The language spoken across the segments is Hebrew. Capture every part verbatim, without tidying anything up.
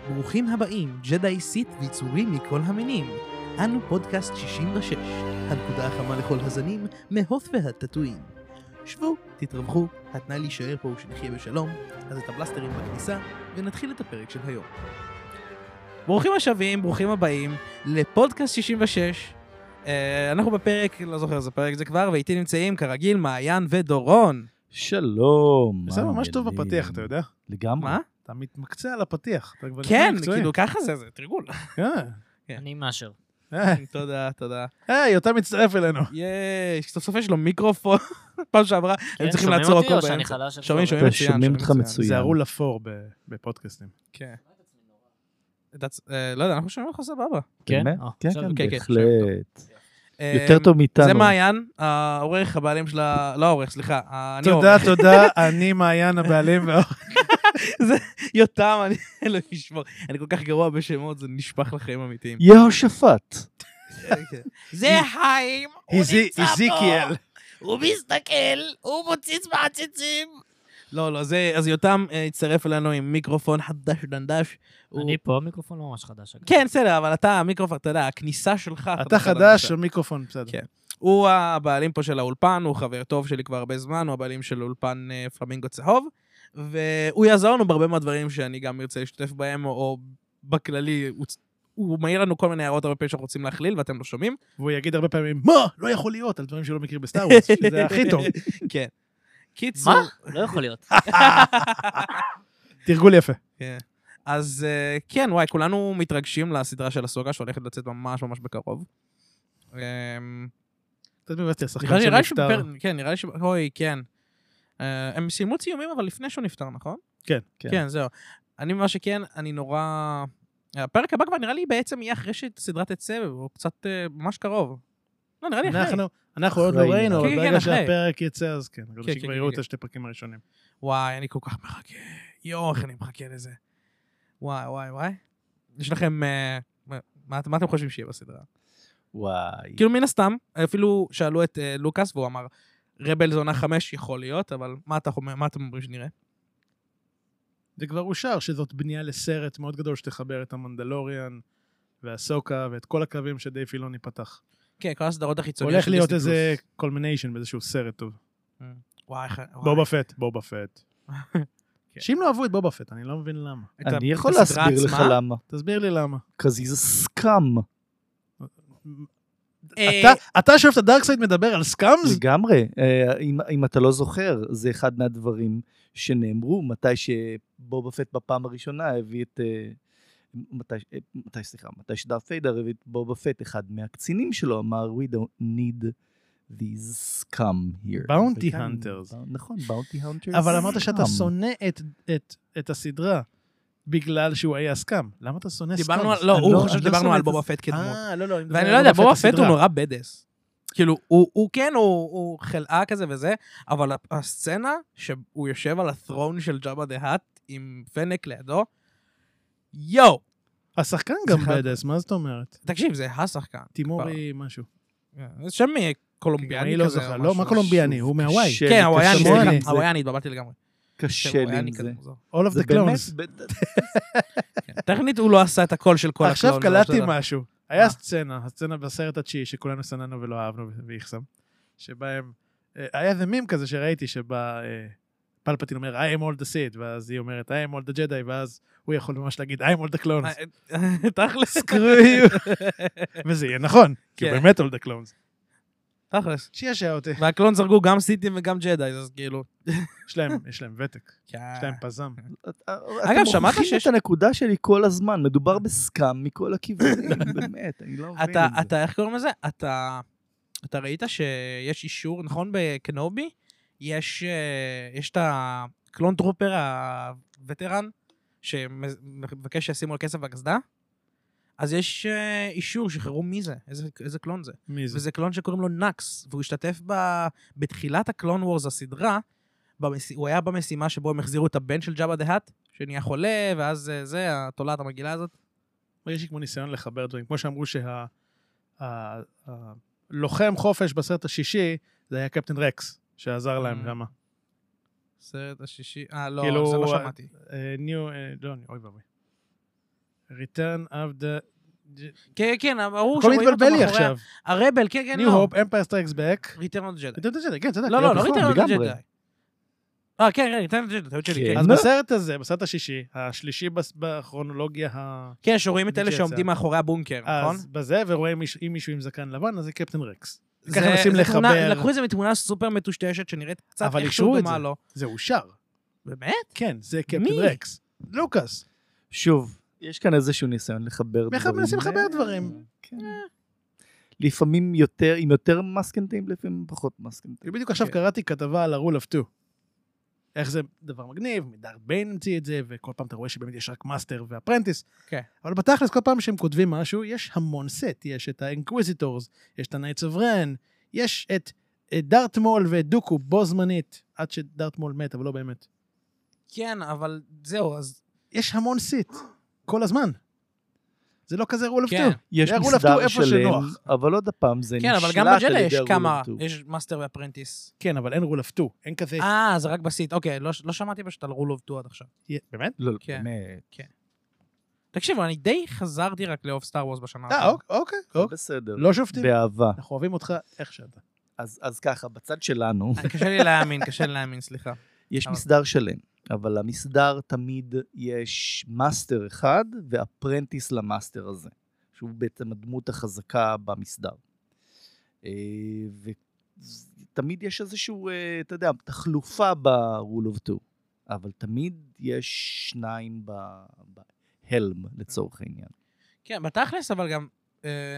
ברוכים הבאים, ג'די סיט ויצורים מכל המינים. אנו פודקאסט שישים ושש, הנקודה החמה לכל הזנים, מהות והטטואים. שבו, תתרווחו, התנאי להישאר פה ושנחיה בשלום, אז את הבלסטרים בכניסה, ונתחיל את הפרק של היום. ברוכים השבים, ברוכים הבאים, לפודקאסט שישים ושש. Uh, אנחנו בפרק, לא זוכר איזה פרק זה כבר, ואיתי נמצאים כרגיל מעיין ודורון. שלום. זה ממש טוב בפתיח, אתה יודע? לגמרי. מה? אתה מתמקצע על הפתיח. כן, כאילו ככה זה, זה תרגול. אני מאשר. תודה, תודה. היי, אתה מצטרף אלינו. יש, סוף סוף יש לו מיקרופון. פעם שעברה, הם צריכים לעצור הכל באמצע. שאני חלש? שומעים, שומעים מצוין. שומעים אותך מצוין. זה ערול אפור בפודקאסטים. כן. לא יודע, אנחנו שומעים אותך סבבה. כן? כן, כן, כן, בהחלט. יותר אמ, טוב מאיתנו. זה מעיין, העורך, הבעלים של ה... לא העורך, סליחה. אני תודה, העורך. תודה, אני מעיין הבעלים והעורך. זה יותם, אני לא אשמור. אני כל כך גרוע בשמות, זה נשפך לחיים אמיתיים. יהושפט. זה חיים, הוא איזי- נמצא איזיקיאל. פה, הוא מסתכל, הוא מוציץ מעציצים. לא, לא, זה, אז יותם אה, הצטרף אלינו עם מיקרופון חדש דנדש. הוא- אני פה, מיקרופון לא ממש חדש. אגב. כן, בסדר, אבל אתה, המיקרופון, אתה יודע, הכניסה שלך... אתה חדש, המיקרופון, בסדר. כן. הוא הבעלים פה של האולפן, הוא חבר טוב שלי כבר הרבה זמן, הוא הבעלים של אולפן אה, פלמינגו צהוב, והוא יעזור לנו בהרבה מהדברים שאני גם ארצה להשתתף בהם, או, או בכללי, הוא, הוא מעיר לנו כל מיני הערות הרבה פעמים שאנחנו רוצים להכליל, ואתם לא שומעים. והוא יגיד הרבה פעמים, מה? לא יכול להיות, על דברים שלא מכיר בסטאר וורס, שזה הכי טוב. כן. קיצור... מה? לא יכול להיות. תרגול יפה. כן. אז אה, כן, וואי, כולנו מתרגשים לסדרה של הסוגה, שהולכת לצאת ממש ממש בקרוב. אמ, קצת מבאסתי, השחקן נראה לי- נראה לי שנפטר. שבפר... כן, נראה לי ש... אוי, כן. אה, הם סיימו צילומים, אבל לפני שהוא נפטר, נכון? כן. כן. כן, זהו. אני מה שכן, אני נורא... הפרק הבא כבר נראה לי בעצם יהיה אחרי שסדרה תצא, או קצת אה, ממש קרוב. לא, נראה לי אחרי. אנחנו- אנחנו עוד לא אחרי. ראינו, כן, אבל כן, ברגע אחרי. שהפרק יצא, אז כן. אבל כן, שכבר כן, יראו כן. את השתי פרקים הראשונים. וואי, אני כל כך מחכה. יואו, איך אני מחכה לזה. וואי, וואי, וואי. יש לכם... אה, מה, מה אתם חושבים שיהיה בסדרה? וואי. כאילו מן הסתם, אפילו שאלו את אה, לוקאס, והוא אמר, רבל זונה חמש יכול להיות, אבל מה אתה אומר, מה אתם אומרים שנראה? זה כבר אושר שזאת בנייה לסרט מאוד גדול שתחבר את המנדלוריאן והסוקה ואת כל הקווים שדי פילוני פתח. כן, כל הסדרות החיצוניות. הולך של להיות דיסני איזה קולמיניישן באיזשהו סרט טוב. פלוס. וואי, איך... וואי. בובה פט, בובה פט. כן. שאם לא אהבו את בובה פט, אני לא מבין למה. את ה- אני את יכול הסדרה להסביר לך עצמה? למה. תסביר לי למה. כזה זה סקאם. אה, אתה- אתה שאוהב את הדארקסייד מדבר על סקאמס? לגמרי. אה, אם- אם אתה לא זוכר, זה אחד מהדברים שנאמרו, מתי שבובה פט בפעם הראשונה הביא את... אה, מתי, אה, מתי, סליחה, מתי שדארת' ויידר הביא את בובה פט, אחד מהקצינים שלו אמר, we don't need these scum here. Bounty וכאן- hunters. נכון, bounty hunters. אבל אמרת שאתה scum. שונא את- את- את הסדרה בגלל שהוא היה סקאם. למה אתה שונא סקאמס? דיברנו על... לא, אני הוא לא- חושב אני לא שדיברנו שונא על את בובה הס- אה, פט כדמות. לא, לא. ואני לא יודע, בובה פט הוא נורא בדס. כאילו, הוא הוא כן, הוא הוא חלאה כזה וזה, אבל הסצנה שהוא יושב על הת'רון של ג'אבה דה האט עם פנק לידו, יואו! השחקן גם זה אחד- בדס, מה זאת אומרת? תקשיב, זה השחקן. תימורי משהו. זה שם קולומביאני אני כזה. לא או זוכר. משהו. לא, מה קולומביאני? הוא מהוואי. קשה כן, לי, הוואיאני, קשה סליחה, לי עם סליחה, זה. הוואיאני, התבלבלתי לגמרי. קשה לי הוואיאני עם כזה זה. מוזר. All of זה the באמת... clones. כן. טכנית הוא לא עשה את הקול של כל עכשיו הקלון. קלטתי לא, משהו. היה סצנה, הסצנה בסרט התשיעי שכולנו סננו ולא אהבנו ואיכסם, שבהם, אה, היה איזה מים כזה שראיתי שבה אה, פלפטין אומר I am all the Sith, ואז היא אומרת I am all the Jedi, ואז הוא יכול ממש להגיד I am all the clones. תכלס. Screw you. וזה יהיה נכון, כי הוא כן. באמת all the clones. תכלס. שישע אותי. והקלון זרגו גם סיטים וגם ג'די, אז כאילו... יש להם, יש להם ותק, יש להם פזם. אגב, שמעת אתם שיש- מוכיחים את הנקודה שלי כל הזמן, מדובר בסקאם מכל הכיוונים, באמת, אני לא מבין אתה, את זה. אתה, איך קוראים לזה? אתה, אתה ראית שיש אישור, נכון, בקנובי? יש, אה, יש את הקלון טרופר הווטרן, שמבקש שישימו לו כסף בקסדה, אז יש אה, אישור, שחררו מי זה, איזה, איזה קלון זה. מי זה? וזה קלון שקוראים לו נקס, והוא השתתף ב, בתחילת הקלון וורס הסדרה, במס... הוא היה במשימה שבו הם החזירו את הבן של ג'אבה דה האט, שנהיה חולה, ואז אה, זה, התולעת המגעילה הזאת. יש לי כמו ניסיון לחבר דברים, כמו שאמרו שהלוחם חופש בסרט השישי, זה היה קפטן רקס, שעזר להם Mm. שמה. סרט השישי, אה, לא, כאילו, זה לא שמעתי. אה, ניו, אה, לא, אוי ואבוי. Return of the... כן, כן, ברור הכל מתבלבל לי עכשיו. הרבל, כן, כן, New לא. Hope, Empire Strikes Back. Return of the Jedi. Return of the Jedi, כן, צדק. לא, לא, לא נכון, Return of the לגמרי. Jedi. אה, כן, כן, Return of the Jedi, טעות שלי, כן. אז בסרט הזה, בסרט השישי, השלישי בכרונולוגיה ה... כן, שרואים את אלה בג'טסה. שעומדים מאחורי הבונקר, נכון? אז בזה, ורואים מיש- אם מישהו עם זקן לבן, אז זה קפטן רקס. זה- ככה מנסים זה תמונה- לחבר. לקחו את זה מתמונה סופר מטושטשת, שנראית קצת אבל איכשהו אישרו את דומה זה. לו. זה אושר. באמת? כן, זה קפטן מי? רקס. לוקאס. שוב, יש כאן איזשהו ניסיון לחבר איך דברים. מנסים לחבר אה, דברים? כן. לפעמים יותר, עם יותר מסקנטים, לפעמים פחות מסקנטים. בדיוק עכשיו כן. קראתי כתבה על ה-Rule of Two. איך זה דבר מגניב, מדארט ביין המציא את זה, וכל פעם אתה רואה שבאמת יש רק מאסטר ואפרנטיס. כן. אבל בתכלס, כל פעם שהם כותבים משהו, יש המון סט. יש את ה-Inquisitors, יש את ה-Knights of Ren, יש את את דארט מול ואת דוקו בו זמנית, עד שדארט מול מת, אבל לא באמת. כן, אבל זהו, אז... יש המון סיט, כל הזמן. זה לא כזה rule of כן. two. יש זה rule of two מסדר איפה שלם, שנוח. אבל עוד הפעם, זה כן, אבל נשלט גם על בג'דה ידי יש ה-Rule כמה, of Two. יש מאסטר ואפרנטיס. כן, אבל אין rule of two. אין כזה... אה, זה רק בסיט, אוקיי, לא לא שמעתי פשוט על rule of two עד עכשיו. באמת? לא, לא, כן. באמת. תקשיבו, אני די חזרתי רק לאהוב סטאר וורס בשנה אה, האחרונה. אוקיי, זה אוקיי. בסדר. לא שופטים. באהבה. אנחנו אוהבים אותך איך שאתה. אז אז ככה, בצד שלנו, קשה לי להאמין, קשה לי להאמין, סליחה. יש אבל- מסדר שלם, אבל המסדר תמיד יש מאסטר אחד ואפרנטיס למאסטר הזה, שהוא בעצם הדמות החזקה במסדר. אה, ותמיד יש איזשהו, אה, אתה יודע, תחלופה ב-Rule of Two, אבל תמיד יש שניים בהלם לצורך העניין. כן, בתכלס, אבל גם... אה,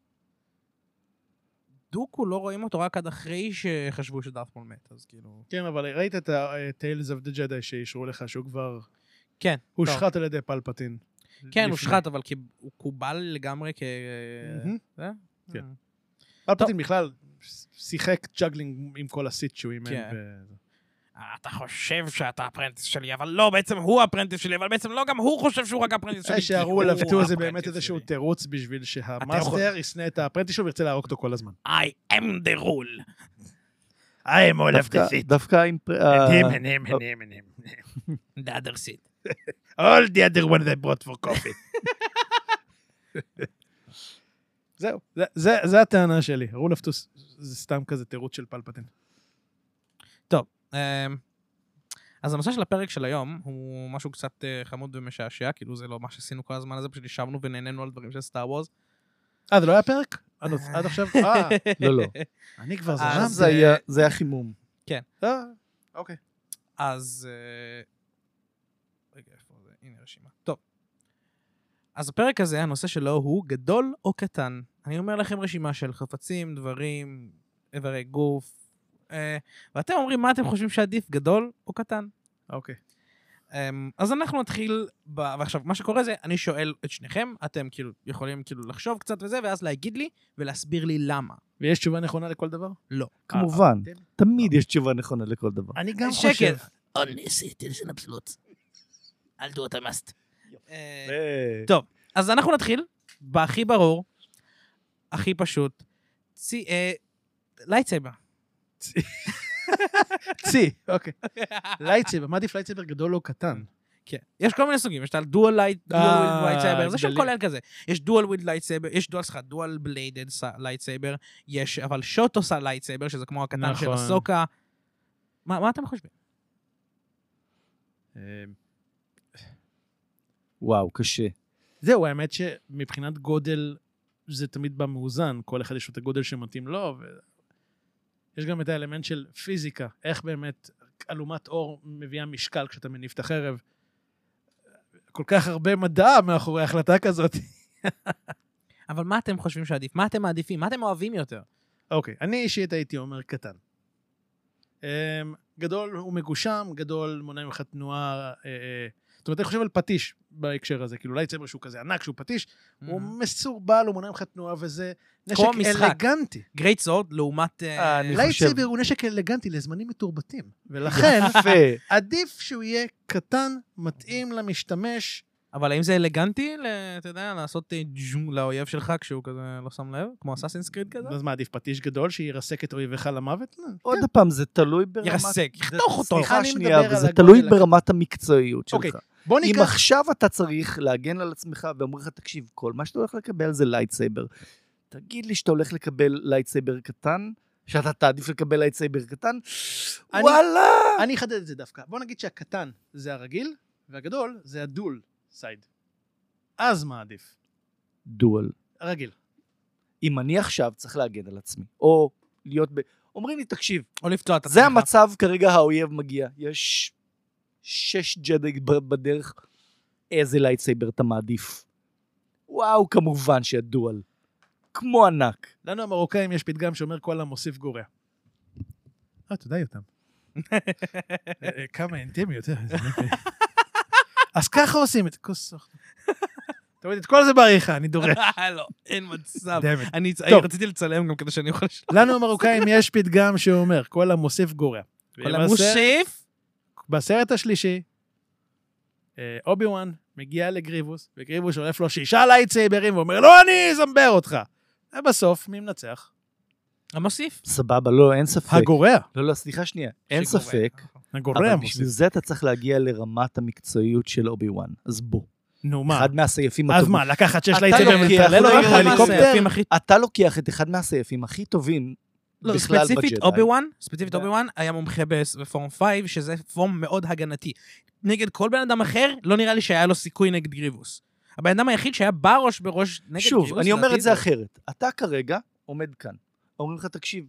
דוקו לא רואים אותו רק עד אחרי שחשבו שדארט מול מת, אז כאילו... כן, אבל ראית את ה-Tales of the Jedi שאישרו לך שהוא כבר כן, טוב. הושחת על ידי פלפטין. כן, לפני. הוא שחט, אבל כי הוא קובל לגמרי כ... מהמם. זה? כן. אה. פלפטין בכלל שיחק ג'אגלינג עם כל הסיט שהוא אימן. כן. ו- אתה חושב שאתה הפרנטיס שלי, אבל לא, בעצם הוא הפרנטיס שלי, אבל בעצם לא, גם הוא חושב שהוא רק הפרנטיס שלי. אה, שהרו כי עליו הוא טו זה באמת הפרנטיס איזשהו שלי. תירוץ בשביל שהמאסטר ישנא את הפרנטיס שלו וירצה להרוג אותו כל הזמן. I am the rule. I am all דווקא- דווקא עם... אה, him, and him, and him, and him. The other seat. All the other one they brought for coffee. זהו, זה- זה- זה הטענה שלי. rule of two זה סתם כזה תירוץ של פלפטין. אמ, אז הנושא של הפרק של היום הוא משהו קצת אה, חמוד ומשעשע, כאילו זה לא מה שעשינו כל הזמן הזה, פשוט ישבנו ונהנינו על דברים של סטאר וורס. אה, זה לא היה פרק? עד עד עכשיו? אה, לא, לא. אני כבר אז זרמתי. זה היה- זה היה חימום. אה, אוקיי. אז... אה, רגע, איפה זה? הנה רשימה. טוב. אז הפרק הזה, הנושא שלו הוא גדול או קטן. אני אומר לכם רשימה של חפצים, דברים, איברי גוף, אה, ואתם אומרים מה אתם חושבים שעדיף, גדול או קטן. אוקיי. אמ, אז אנחנו נתחיל, ב... ועכשיו, מה שקורה זה, אני שואל את שניכם, אתם כאילו יכולים כאילו לחשוב קצת וזה, ואז להגיד לי ולהסביר לי למה. ויש תשובה נכונה לכל דבר? לא. כמובן, אה, תמיד יש תשובה נכונה לכל דבר. אני גם שקט. חושב. אונסי, תלשן אבסולוט. אל דו אותה מאסט. אה, טוב, אז אנחנו נתחיל בהכי ברור, הכי פשוט. צי... אה... לייטסייבר. צי, אוקיי. לייטסייבר, מה עדיף לייטסייבר גדול או קטן? כן. יש כל מיני סוגים, יש את הדואל אה, לייטסייבר, זה שם גדלים. כולל כזה. יש דואל וויד לייטסייבר, יש דואל, סליחה, דואל בליידד לייטסייבר, יש אבל שוט עושה לייטסייבר, שזה כמו הקטן של נכון. הסוקה. מה מה אתם חושבים? וואו, קשה. זהו, האמת שמבחינת גודל זה תמיד בא מאוזן, כל אחד יש לו את הגודל שמתאים לו, ויש גם את האלמנט של פיזיקה, איך באמת אלומת אור מביאה משקל כשאתה מניף את החרב. כל כך הרבה מדע מאחורי החלטה כזאת. אבל מה אתם חושבים שעדיף? מה אתם מעדיפים? מה אתם אוהבים יותר? אוקיי, אני אישית הייתי אומר קטן. אמ, גדול הוא מגושם, גדול מונע ממך תנועה, אה, אה, זאת אומרת, אני חושב על פטיש בהקשר הזה, כאילו לייטסייבר שהוא כזה ענק, שהוא פטיש, הוא מסורבל, הוא מונע ממך תנועה, וזה נשק כמו משחק. אלגנטי. גרייט סורד לעומת... אה, אה, אני לייטסייבר הוא נשק אלגנטי לזמנים מתורבתים, ולכן יפה. עדיף שהוא יהיה קטן, מתאים למשתמש. אבל האם זה אלגנטי, ל- אתה יודע, לעשות אה, ג'ום לאויב שלך כשהוא כזה לא שם לב? כמו אסאסינס קריד כזה? אז מה, עדיף פטיש גדול שירסק את אויביך למוות? לא. עוד פעם, זה תלוי ברמת... ירסק, זה- יחתוך אותו. סליחה אני שנייה, מדבר על וזה הגודל תלוי הקטן. ברמת המקצועיות אוקיי, שלך. בוא אם ניקח... עכשיו אתה צריך להגן על עצמך, ואומר לך, תקשיב, כל מה שאתה הולך לקבל זה לייטסייבר. תגיד לי שאתה הולך לקבל לייטסייבר קטן, שאתה תעדיף לקבל לייטסייבר קטן, אני- וואלה! אני אחדד את זה דווקא. בוא נגיד שהקטן זה הרגיל, והגדול זה הדול סייד. אז מה עדיף? דואל. הרגיל. אם אני עכשיו צריך להגן על עצמי, או להיות ב... אומרים לי, תקשיב, או לפתוע את זה עצמך. המצב כרגע האויב מגיע. יש שש ג'די בדרך. איזה לייטסייבר אתה מעדיף? וואו, כמובן שהדואל. כמו ענק. לנו המרוקאים יש פתגם שאומר כל המוסיף גורע. אה, תודה יותם. אה, כמה אינטימיות. אה, זה באמת- אז ככה עושים את כוס. תוריד את כל זה בעריכה, אני דורש. לא, אין מצב. Damn it. אני טוב. רציתי לצלם גם כדי שאני אוכל לשלוח. לנו המרוקאים יש פתגם שאומר כל המוסיף גורע. כל המוסיף. בסרט השלישי, אה, אובי וואן מגיע לגריבוס, וגריבוס שולף לו שישה לייטסייברים, ואומר, לא, אני אזמבר אותך. ובסוף, מי מנצח? המוסיף. סבבה, לא, אין ספק. הגורע. לא, לא, סליחה שנייה. אין שגורע. ספק. הגורע אבל מוסיף. בשביל זה אתה צריך להגיע לרמת המקצועיות של אובי וואן. אז בוא. נו, מה? אחד מהסייפים אז הטובים. מה, לקחת שש אתה לייטסייבר לוקח- ולטרלל רגע, אותו רגע, בהליקופטר? מהסייפים הכי- אתה לוקח את אחד מהסייפים הכי טובים לא, בכלל בג'די. ספציפית אובי וואן, ספציפית ו- אובי וואן היה מומחה בס- בפורם חמש, שזה פורם מאוד הגנתי. נגד כל בן אדם אחר, לא נראה לי שהיה לו סיכוי נגד גריבוס. הבן אדם היחיד שהיה בראש בראש נגד גריבוס. שוב, אני אומר לדעתי את זה אחרת. אתה כרגע עומד כאן. אומרים לך, תקשיב,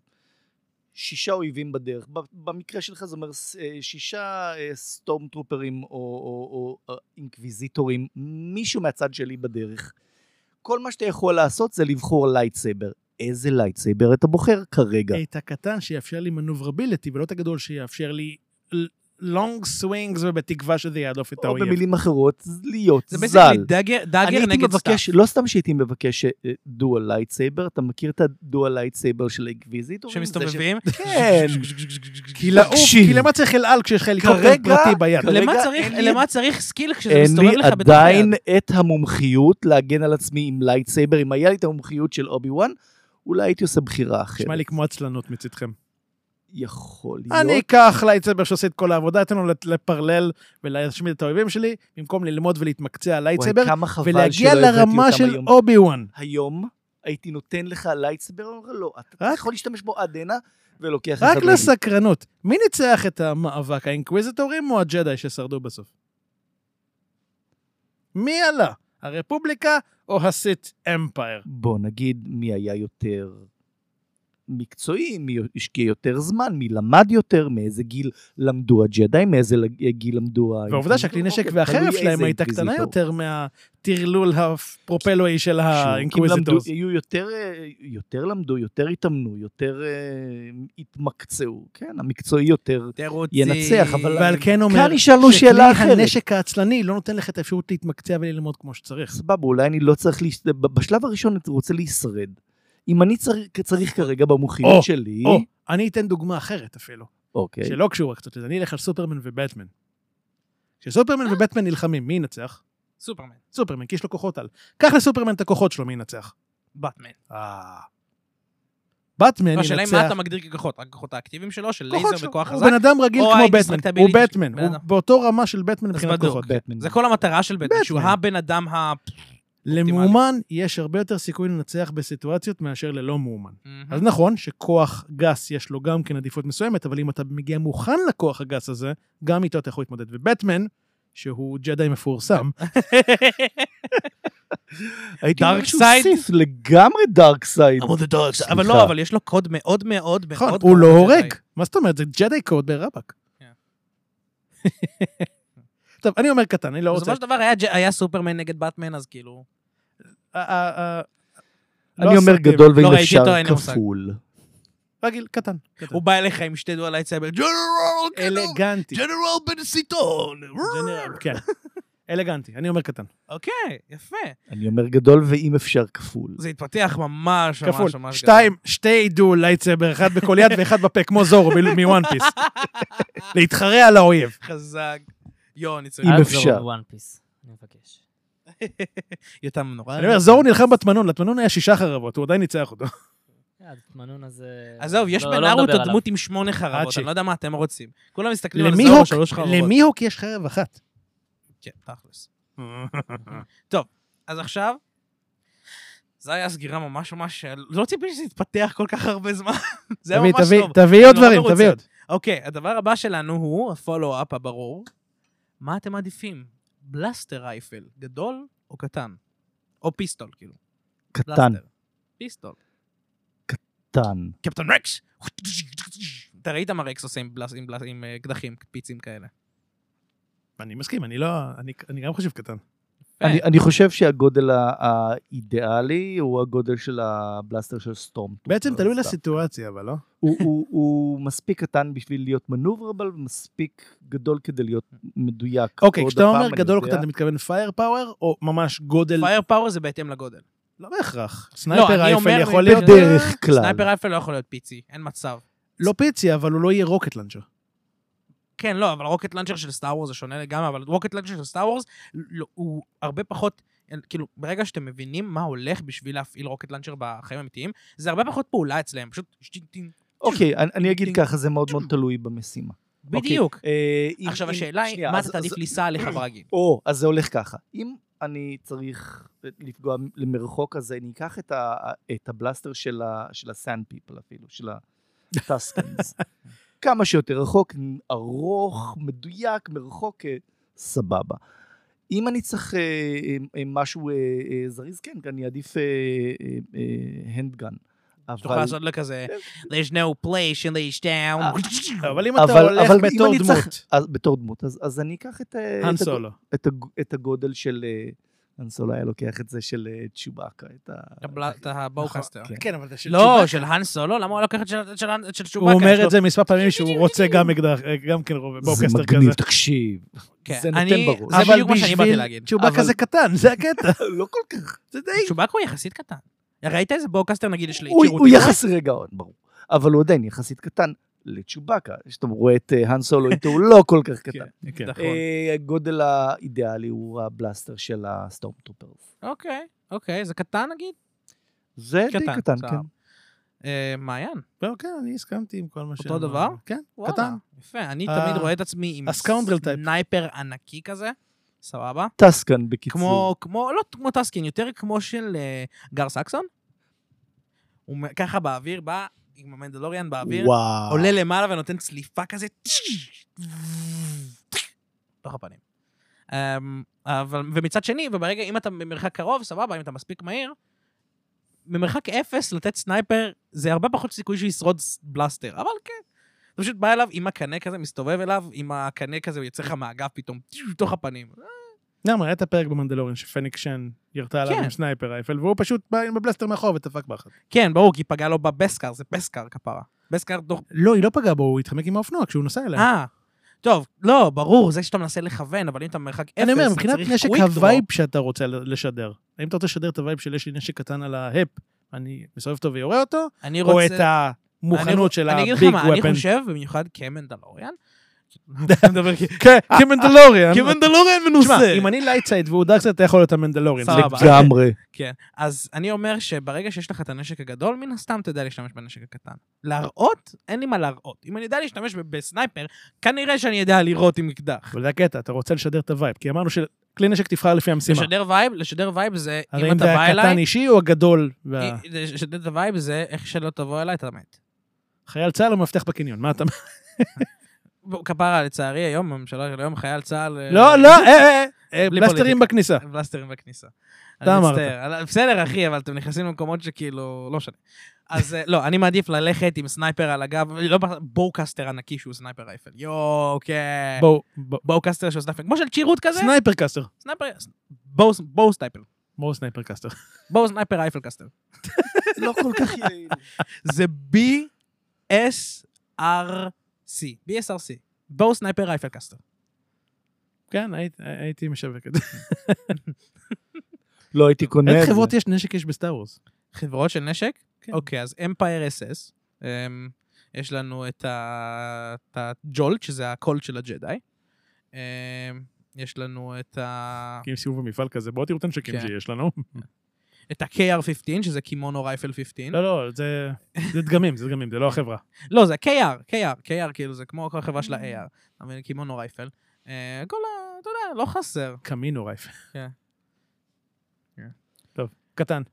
שישה אויבים בדרך. ב- במקרה שלך זה אומר ס- אה, שישה אה, סטורם טרופרים או, או, או אה, אינקוויזיטורים, מישהו מהצד שלי בדרך. כל מה שאתה יכול לעשות זה לבחור לייטסייבר. איזה לייטסייבר אתה בוחר כרגע? את הקטן שיאפשר לי מנוברביליטי, ולא את הגדול שיאפשר לי לונג סווינגס, ובתקווה שזה יעדוף את או האויב. במילים אחרות, להיות זה זל. בעצם דאגר אני דאגר הייתי נגד מבקש, סטאפ. לא סתם שהייתי מבקש דואל לייטסייבר, אתה מכיר את הדואל לייטסייבר של האינקוויזיטור? שמסתובבים. כן. כי לעוף, תקשיב. כי למה צריך אל על כשיש לך הליקופטר כרגע- פרטי ביד? כרגע למה צריך- אין לי- למה צריך סקיל כשזה אין מסתובב לי לך בתוך עדיין היד? את המומחיות להגן על עצמי עם לייטסייבר. אם היה לי את המומחיות של אובי וואן, אולי הייתי עושה בחירה אחרת. נשמע לי כמו עצלנות מצדכם. יכול להיות. אני אקח לייטסייבר שעושה את כל העבודה, אתן לו לפרלל ולהשמיד את האויבים שלי, במקום ללמוד ולהתמקצע על לייטסייבר, וואי, כמה חבל ולהגיע שלא הבאתי לרמה אותם של היום. אובי וואן. היום הייתי נותן לך לייטסייבר, אני אומר לא, אתה רק- יכול להשתמש בו עד הנה, ולוקח רק אחד מהם. לסקרנות, מי ניצח את המאבק, האינקוויזיטורים או הג'די ששרדו בסוף? מי עלה? הרפובליקה או הסיט אמפייר? בוא נגיד מי היה יותר מקצועי, מי השקיע יותר זמן, מי למד יותר, מאיזה גיל למדו הג'די, מאיזה גיל למדו והעובדה האינקוויזיטור. שהכלי נשק אוקיי, והחרב תלוי שלהם איזה הייתה קטנה אינקוויזיטור. יותר מהטרלול הפרופלואי של שוב, אם למדו, האינקוויזיטורס. יהיו יותר, אה, יותר למדו, יותר התאמנו, יותר אה, התמקצעו, כן, המקצועי יותר תירוצים. ינצח, אבל- ועל כן אומר, כאן ישאלו שאלה אחרת. שכלי הנשק העצלני לא נותן לך את האפשרות להתמקצע וללמוד כמו שצריך. סבבה, אולי אני לא צריך, להש... ב- בשלב הראשון אני רוצה להישרד. אם אני צריך, צריך כרגע במומחיות או, שלי, או, אני אתן דוגמה אחרת אפילו, אוקיי, שלא קשורה קצת לזה, אני אלך על סופרמן ובטמן. כשסופרמן ובטמן נלחמים, מי ינצח? סופרמן. סופרמן, כי יש לו כוחות על. קח לסופרמן את הכוחות שלו, מי ינצח? באטמן. אה... באטמן לא, השאלה ינצח... היא מה אתה מגדיר ככוחות? רק הכוחות האקטיביים שלו, של כוחות לייזר שלו. וכוח הוא חזק? בן אדם רגיל או כמו בטמן, האינדסטרקטביליטי הוא של בטמן, בן הוא אדם. באותו רמה של בטמן מבחינת בדוק. כוחות. בטמן. זה כל המטרה של בטמן, שהוא בטמן. הבן אדם ה... למאומן יש הרבה יותר סיכוי לנצח בסיטואציות מאשר ללא מאומן. מהמם. אז נכון שכוח גס יש לו גם כן עדיפות מסוימת, אבל אם אתה מגיע מוכן לכוח הגס הזה, גם איתו אתה יכול להתמודד. ובטמן, שהוא ג'די מפורסם, הייתי Dark אומר שהוא side? סיף, לגמרי דארק סייד. אבל לא, אבל יש לו קוד מאוד מאוד נכון, מאוד... הוא לא גבוה הורג. מדי. מה זאת אומרת? זה ג'די קוד ברבק. כן. טוב, אני אומר קטן, אני לא רוצה... בסופו של דבר היה ג'- היה סופרמן נגד באטמן, אז כאילו... אה, אה, אה, אני לא אומר עשיתי- גדול לא ואם ראיתי אפשר אותו, אין לי מושג. כפול. רגיל, קטן. קטן. הוא בא אליך עם שתי דואל לייטסייבר, ג'נרל, אלגנטי. ג'נרל בנסיטון. ג'נרל, כן. אלגנטי, אני אומר קטן. אוקיי, יפה. אני אומר גדול ואם אפשר כפול. זה התפתח ממש כפול. ממש ממש שתיים, שתי דו לייטסבר, אחד בכל יד ואחד בפה, כמו זורו מוואן פיס. להתחרע על האויב. חזק. יו, אני צועק. אם אל אפשר. תחזור בוואן פיס, אני מבקש. יותם נורא. אני אומר, זורו נלחם בתמנון, לתמנון היה שישה חרבות, הוא עדיין ניצח אותו. התמנון הזה... עזוב, יש לא- לא בנארוטו נדבר עליו. דמות עם שמונה חרבות, ש- אני לא יודע מה אתם רוצים. כולם מסתכלים על למיהוק, זורו שלוש חרבות. למיהוק יש חרב אחת. כן, תכלס. טוב, אז עכשיו, זה היה סגירה ממש ממש, לא ציפיתי שזה יתפתח כל כך הרבה זמן. זה היה ממש טוב. תביא עוד דברים, תביא עוד. אוקיי, הדבר הבא שלנו הוא, הפולו-אפ הברור. מה אתם מעדיפים? בלסטר רייפל, גדול או קטן? או פיסטול, כאילו. קטן. פיסטול. קטן. קפטן רקס! אתה ראית מה רקס עושה עם קדחים, פיצים כאלה? אני מסכים, אני לא, אני גם חושב קטן. אני, אני חושב שהגודל האידיאלי הוא הגודל של הבלסטר של סטורם. בעצם תלוי לסיטואציה, אבל לא? הוא, הוא, הוא מספיק קטן בשביל להיות מנוברבל, ומספיק גדול כדי להיות מדויק. אוקיי, כשאתה אומר גדול או קטן, אתה מתכוון פייר פאוור, או ממש גודל? פייר פאוור זה בהתאם לגודל. לא בהכרח. סנייפר רייפל יכול להיות... בדרך כלל. סנייפר רייפל לא יכול להיות פיצי, אין מצב. לא פיצי, אבל הוא לא יהיה רוקט לנצ'ר. כן, לא, אבל רוקט לנצ'ר של סטאר וורס זה שונה לגמרי, אבל רוקט לנצ'ר של סטאר וורס הוא הרבה פחות, כאילו, ברגע שאתם מבינים מה הולך בשביל להפעיל רוקט לנצ'ר בחיים האמיתיים, זה הרבה פחות פעולה אצלם, פשוט... אוקיי, אני אגיד ככה, זה מאוד מאוד תלוי במשימה. בדיוק. עכשיו השאלה היא, מה אתה תעדיף ליסה עליך ברגיל? או, אז זה הולך ככה. אם אני צריך לפגוע למרחוק הזה, אני אקח את הבלסטר של הסאנד פיפל אפילו, של הטסקנס. כמה שיותר רחוק, ארוך, מדויק, מרחוק, סבבה. אם אני צריך משהו זריז, כן, אני אעדיף הנדגן. שתוכל לעשות לו כזה, there's no place in the down. אבל אם אתה הולך בתור דמות. בתור דמות, אז אני אקח את הגודל של... הנסולו היה לוקח את זה של צ'ובאקה, את הבואוקסטר. כן, אבל זה של צ'ובאקה. לא, של הנסולו, למה הוא לוקח את של צ'ובאקה? הוא אומר את זה מספר פעמים שהוא רוצה גם אקדח, גם כן בואוקסטר כזה. זה מגניב, תקשיב. זה נותן בראש. זה בדיוק מה שאני באתי להגיד. צ'ובאקה זה קטן, זה הקטע. לא כל כך. צ'ובאקה הוא יחסית קטן. ראית איזה בואוקסטר נגיד יש לי הוא יחסית רגע, ברור. אבל הוא עדיין יחסית קטן. לצ'ובאקה, שאתה רואה את האן סולו איתו, הוא לא כל כך קטן. הגודל האידיאלי הוא הבלסטר של הסטורם טרופרס. אוקיי, אוקיי, זה קטן נגיד? זה די קטן, כן. מעיין. כן, אני הסכמתי עם כל מה ש... אותו דבר? כן, קטן. יפה, אני תמיד רואה את עצמי עם סנייפר ענקי כזה, סבבה? טסקן בקיצור. כמו, לא כמו טסקן, יותר כמו של גר סקסון. הוא ככה באוויר בא... עם המנדלוריאן באוויר, עולה למעלה ונותן צליפה כזה, תוך הפנים. ומצד שני, וברגע, אם אתה במרחק קרוב, סבבה, אם אתה מספיק מהיר, במרחק אפס לתת סנייפר, זה הרבה פחות סיכוי שישרוד בלסטר, אבל כן. אתה פשוט בא אליו עם הקנה כזה, מסתובב אליו, עם הקנה כזה, הוא יצא לך מהאגף פתאום, תוך הפנים. למה, היה את הפרק במנדלוריאן שפניק שן ירתה עליו עם סנייפר רייפל, והוא פשוט בא עם הבלסטר מאחור ותפק באחד. כן, ברור, כי פגע לו בבסקר, זה בסקר כפרה. בסקר דוח... לא, היא לא פגעה בו, הוא התחמק עם האופנוע כשהוא נוסע אליה. אה, טוב, לא, ברור, זה שאתה מנסה לכוון, אבל אם אתה מרחק אפס, אני אומר, מבחינת נשק הווייב שאתה רוצה לשדר, האם אתה רוצה לשדר את הווייב של יש לי נשק קטן על ההפ, אני מסובב אותו ויורה אותו, או את המוכנות של הביג וויפן. אני חושב, במיוחד כמנדלוריאן, כמנדלוריאן. כמנדלוריאן מנוסה. אם אני לייטסייד והוא דארקסייד, אתה יכול להיות המנדלוריאן. לגמרי. כן, אז אני אומר שברגע שיש לך את הנשק הגדול, מן הסתם תדע להשתמש בנשק הקטן. להראות, אין לי מה להראות. אם אני יודע להשתמש בסנייפר, כנראה שאני יודע לראות עם מקדח. אבל זה הקטע, אתה רוצה לשדר את הווייב, כי אמרנו שכלי נשק תבחר לפי המשימה. לשדר וייב, לשדר וייב זה, אם אתה בא אליי... הרי אם זה הקטן אישי או הגדול? לשדר את הווייב זה, איך שלא תבוא אליי, אתה מת. חייל צה"ל או מפתח בקניון, מה אתה... כפרה, לצערי, היום, הממשלה של היום, חייל צה"ל... לא, לא, אה, אה, בלסטרים בכניסה. בלסטרים בכניסה. אתה אמרת. בסדר, אחי, אבל אתם נכנסים למקומות שכאילו, לא שני. אז לא, אני מעדיף ללכת עם סנייפר על הגב, לא בואוקסטר ענקי שהוא סנייפר רייפל. יואו, כן. בואוקסטר שהוא סנייפר, כמו של צ'ירות כזה. סנייפר קסטר. סנייפר, בואו סנייפר. בואו סנייפר קסטר. בואו סנייפר רייפל קסטר. לא כל כך יעיל. זה בי אס אר סי. בי אס אר סי. בואו סנייפר רייפל קסטר. כן, הייתי משווק את זה. לא הייתי קונה את זה. איזה חברות יש נשק יש בסטאר וורס? חברות של נשק? אוקיי, אז אמפייר אס אס. יש לנו את הג'ולט, שזה הקולט של הג'די. יש לנו את ה... כי עם סיבוב המפעל כזה, בואו תראו את הנשקים שיש לנו. את ה-קיי אר חמש עשרה, שזה קימונו רייפל חמש עשרה. לא, לא, זה דגמים, זה דגמים, זה לא החברה. לא, זה קיי אר, קיי אר, קיי אר, כאילו, זה כמו כל החברה של ה-איי אר. אבל קימונו רייפל. כל אתה יודע, לא חסר. קמינו רייפל. כן. טוב, קטן.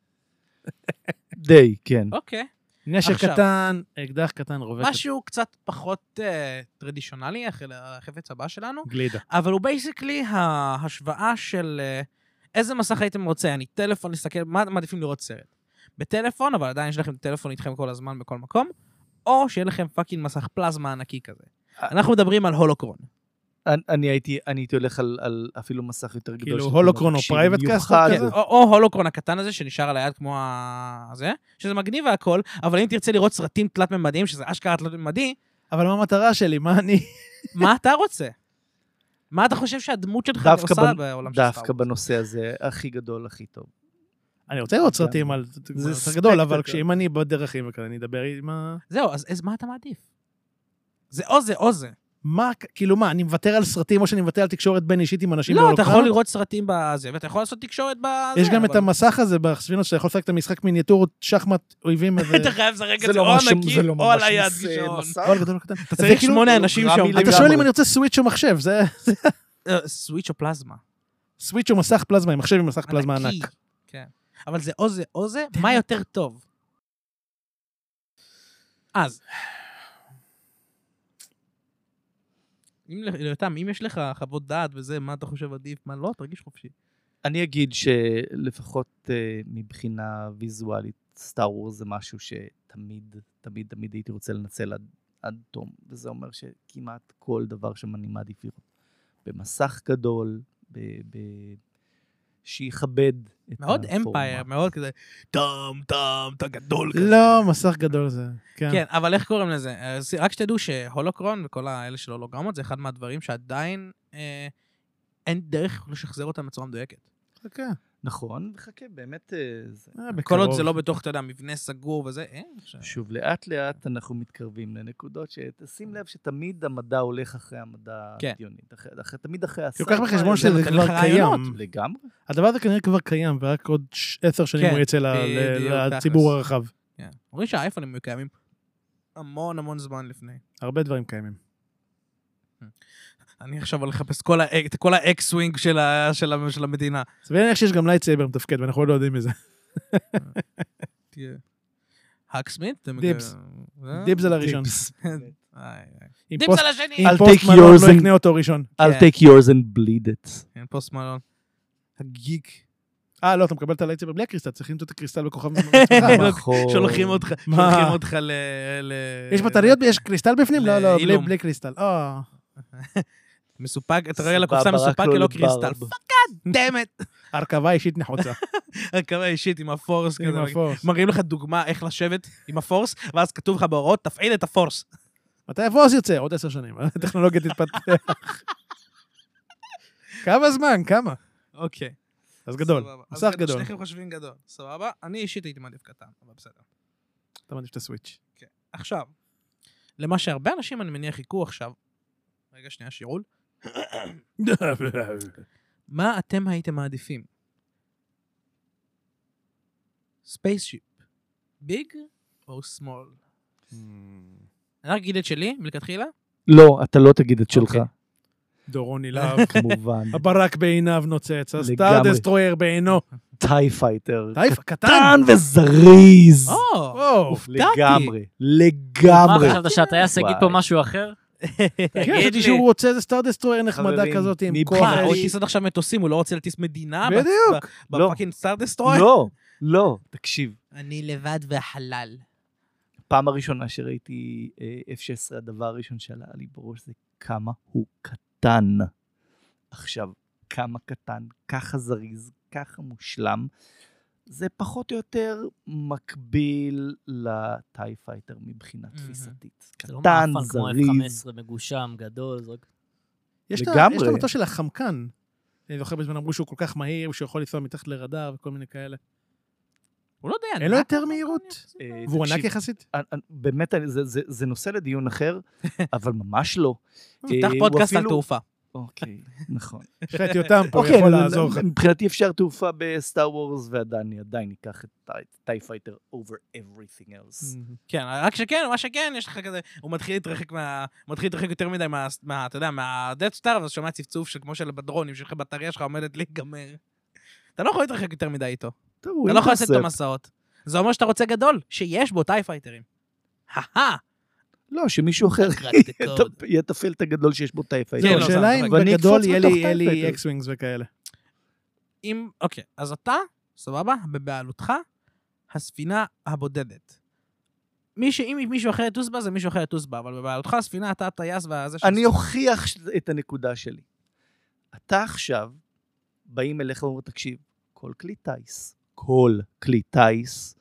די, כן. אוקיי. נשק עכשיו. קטן, אקדח קטן, רובה קטן. משהו קצת פחות אה, טרדישיונלי, החפץ הבא שלנו, גלידה. אבל הוא בייסיקלי ההשוואה של אה, איזה מסך הייתם רוצה, אני טלפון, להסתכל, מה אתם מעדיפים לראות סרט? בטלפון, אבל עדיין יש לכם טלפון איתכם כל הזמן בכל מקום, או שיהיה לכם פאקינג מסך פלזמה ענקי כזה. אנחנו מדברים על הולוקרון. אני- אני הייתי אני הייתי הולך על על אפילו מסך יותר גדול. כאילו של הולוקרון או מכשיר פרייבט קאסט מיוחד. כזה? או, או הולוקרון הקטן הזה שנשאר על היד כמו הזה, שזה מגניב והכל, אבל אם תרצה לראות סרטים תלת-ממדיים, שזה אשכרה תלת-ממדי, אבל מה המטרה שלי? מה אני... מה אתה רוצה? מה אתה חושב שהדמות שלך דווקא עושה בנ- בעולם של סטאר דווקא וורס? בנושא הזה, הכי גדול, הכי טוב. אני רוצה לראות סרטים על... זה זה גדול, אבל ספקטקל. כשאם אני בדרכים וכאלה, אני אדבר עם ה... זהו, אז, אז מה אתה מעדיף? זה או זה או זה. מה, כאילו מה, אני מוותר על סרטים או שאני מוותר על תקשורת בין אישית עם אנשים לא, אתה בהולוקרון? יכול לראות סרטים בזה, ואתה יכול לעשות תקשורת בזה. יש גם את אבל- המסך הזה בספינות שאתה יכול לשחק את המשחק מיניאטורות שחמט אויבים ו... אתה חייב לשחק את זה זה לא או ממש- ענקי זה לא או על ממש היד נושא גישון. מסך. או על גדול או קטן. אתה זה צריך כאילו- שמונה אנשים הולוגרמי שעומדים. אתה שואל אם אני רוצה סוויץ' או מחשב, זה אה, סוויץ' או פלזמה. סוויץ' או מסך פלזמה, עם מחשב עם מסך פלזמה ענקי. ענק. כן. אבל זה או זה או זה, מה יותר טוב? אז. אם ליותם, אם יש לך חוות דעת וזה, מה אתה חושב עדיף, מה לא, תרגיש חופשי. אני אגיד שלפחות אה, מבחינה ויזואלית, סטאר וורס זה משהו שתמיד, תמיד, תמיד הייתי רוצה לנצל עד, עד תום. וזה אומר שכמעט כל דבר שם אני מעדיף לראות. במסך גדול, ב, ב, שיכבד את מאוד הפורמה. אמפייר, מאוד כזה, טם, טם, טם, גדול כזה. לא, מסך גדול זה. כן. כן, אבל איך קוראים לזה? אז רק שתדעו שהולוקרון וכל האלה של הולוגרמות זה אחד מהדברים שעדיין אה, אין דרך לשחזר אותם בצורה מדויקת. חכה. נכון, וחכה, באמת, אה, זה... אה, כל בקרוב. עוד זה לא בתוך, אתה יודע, מבנה סגור וזה, אין. ש- שוב, לאט לאט אנחנו מתקרבים לנקודות שתשים לב שתמיד המדע הולך אחרי המדע כן. הדיונית, אחרי, אחרי, תמיד אחרי הסייפי. לוקח בחשבון זה שזה נותן כבר לך רעיונות. קיים. לגמרי. הדבר הזה כנראה כבר קיים, ורק עוד ש- עשר שנים כן, הוא יצא ל- ל- בדיוק, לציבור תכלס. הרחב. כן. אומרים שהאייפונים היו קיימים המון המון זמן לפני. הרבה דברים קיימים. אני עכשיו הולך לחפש כל ה- את כל האקס-ווינג של ה- של ה- של המדינה. סביר להניח שיש גם לייטסייבר מתפקד, ואנחנו עוד לא יודעים מזה. האקסמית? אתם- דיבס. אה? דיפ זה לראשון. טיפס. איי, איי. אם דיבס פוסט- על השני! אם I'll פוסט take מלון yours לא and- יקנה אותו ראשון. I'll כן. take yours and bleed it. אין פוסט מלון. הגיק. אה, לא, אתה מקבל את הלייטסייבר בלי הקריסטל, צריכים את הקריסטל בכוכב נכון. שולחים אותך, מה? שולחים אותך ל... ל- יש בטריות, יש קריסטל בפנים? לא, לא, בלי- לאילום. בלי קריסטל. אה, מסופק, אתה רואה על הקופסה סבבה, רק מסופק לא ללא לברב. קריסטל. פאקאד, דמת. הרכבה אישית נחוצה. הרכבה אישית עם הפורס עם כזה. הפורס. מראים לך דוגמה איך לשבת עם הפורס, ואז כתוב לך בהוראות, תפעיל את הפורס. מתי הפורס יוצא? עוד עשר שנים. הטכנולוגיה תתפתח. כמה זמן? כמה? אוקיי. אז גדול. סבבה. אז מסך גדול. שניכם חושבים גדול. סבבה? אני אישית הייתי מעדיף קטן, אבל בסדר. אתה מעדיף את הסוויץ'. עכשיו, למה שהרבה אנשים אני מניח חיכו עכשיו, רגע שנייה שירול, מה אתם הייתם מעדיפים? ספייסשיפ, ביג או סמול? אני רק אגיד את שלי, מלכתחילה? לא, אתה לא תגיד את שלך, אוקיי. דורון להב. כמובן. הברק בעיניו נוצץ, הסטאר לגמרי. דסטרויר בעינו. טי פייטר. טייף, קטן. קטן וזריז. או, וואו. הופתעתי. לגמרי, מה לגמרי. חשבת שהטייס יגיד פה וואי. משהו אחר? כן, חשבתי שהוא רוצה איזה סטאר דסטרויר נחמדה חברים, כזאת עם מבחינת- כוח. מה, הוא לי- טיס עד עכשיו מטוסים, הוא לא רוצה לטיס מדינה? ב- בדיוק. ב- לא. בפאקינג סטאר דסטרויר? לא, לא, תקשיב. אני לבד והחלל. פעם הראשונה שראיתי אה, אף שש עשרה, הדבר הראשון שעלה לי בראש זה כמה הוא קטן. עכשיו, כמה קטן, ככה זריז, ככה מושלם. זה פחות או יותר מקביל לטי פייטר מבחינה Mhm. תפיסתית. זה לא קטן, מאפן כמו זריז. אף חמש עשרה מגושם, גדול, זרוק. יש את ה- לגמרי. יש את המטוס של החמקן. אני זוכר בזמן אמרו שהוא כל כך מהיר, שהוא יכול לנסוע מתחת לרדאר וכל מיני כאלה. הוא לא יודע. אין לו ענק, יותר אבל מהירות? אה, והוא ענק תקשיב, יחסית? אני- אני- באמת, אני- זה- זה- זה נושא לדיון אחר, אבל ממש לא. פתח אה, פודקאסט הוא על אפילו- תעופה. אוקיי, נכון. יש לך את יותם פה, אוקיי, יכול לעזור לך. מבחינתי אפשר תעופה בסטאר וורס, ועדיין עדיין ניקח את טי פייטר over everything else. כן, רק שכן, מה שכן, יש לך כזה, הוא מתחיל להתרחק מה... מתחיל להתרחק יותר מדי מה... מה אתה יודע, מהדאט סטאר, ואז שומע צפצוף שכמו של בדרונים, שלך בטריה שלך עומדת להיגמר. אתה לא יכול להתרחק יותר מדי איתו. אתה לא יכול לעשות את המסעות. זה אומר שאתה רוצה גדול, שיש בו טי פייטרים. הא לא, שמישהו אחר יתפעל את הגדול שיש בו טי פייטר. זהו, שאלה אם בגדול יהיה לי אקס-ווינגס וכאלה. אם, אוקיי, אז אתה, סבבה, בבעלותך, הספינה הבודדת. אם מישהו אחר יטוס בה, זה מישהו אחר יטוס בה, אבל בבעלותך הספינה, אתה הטייס והזה... אני אוכיח את הנקודה שלי. אתה עכשיו, באים אליך ואומרים, תקשיב, כל כלי טייס, כל כלי טייס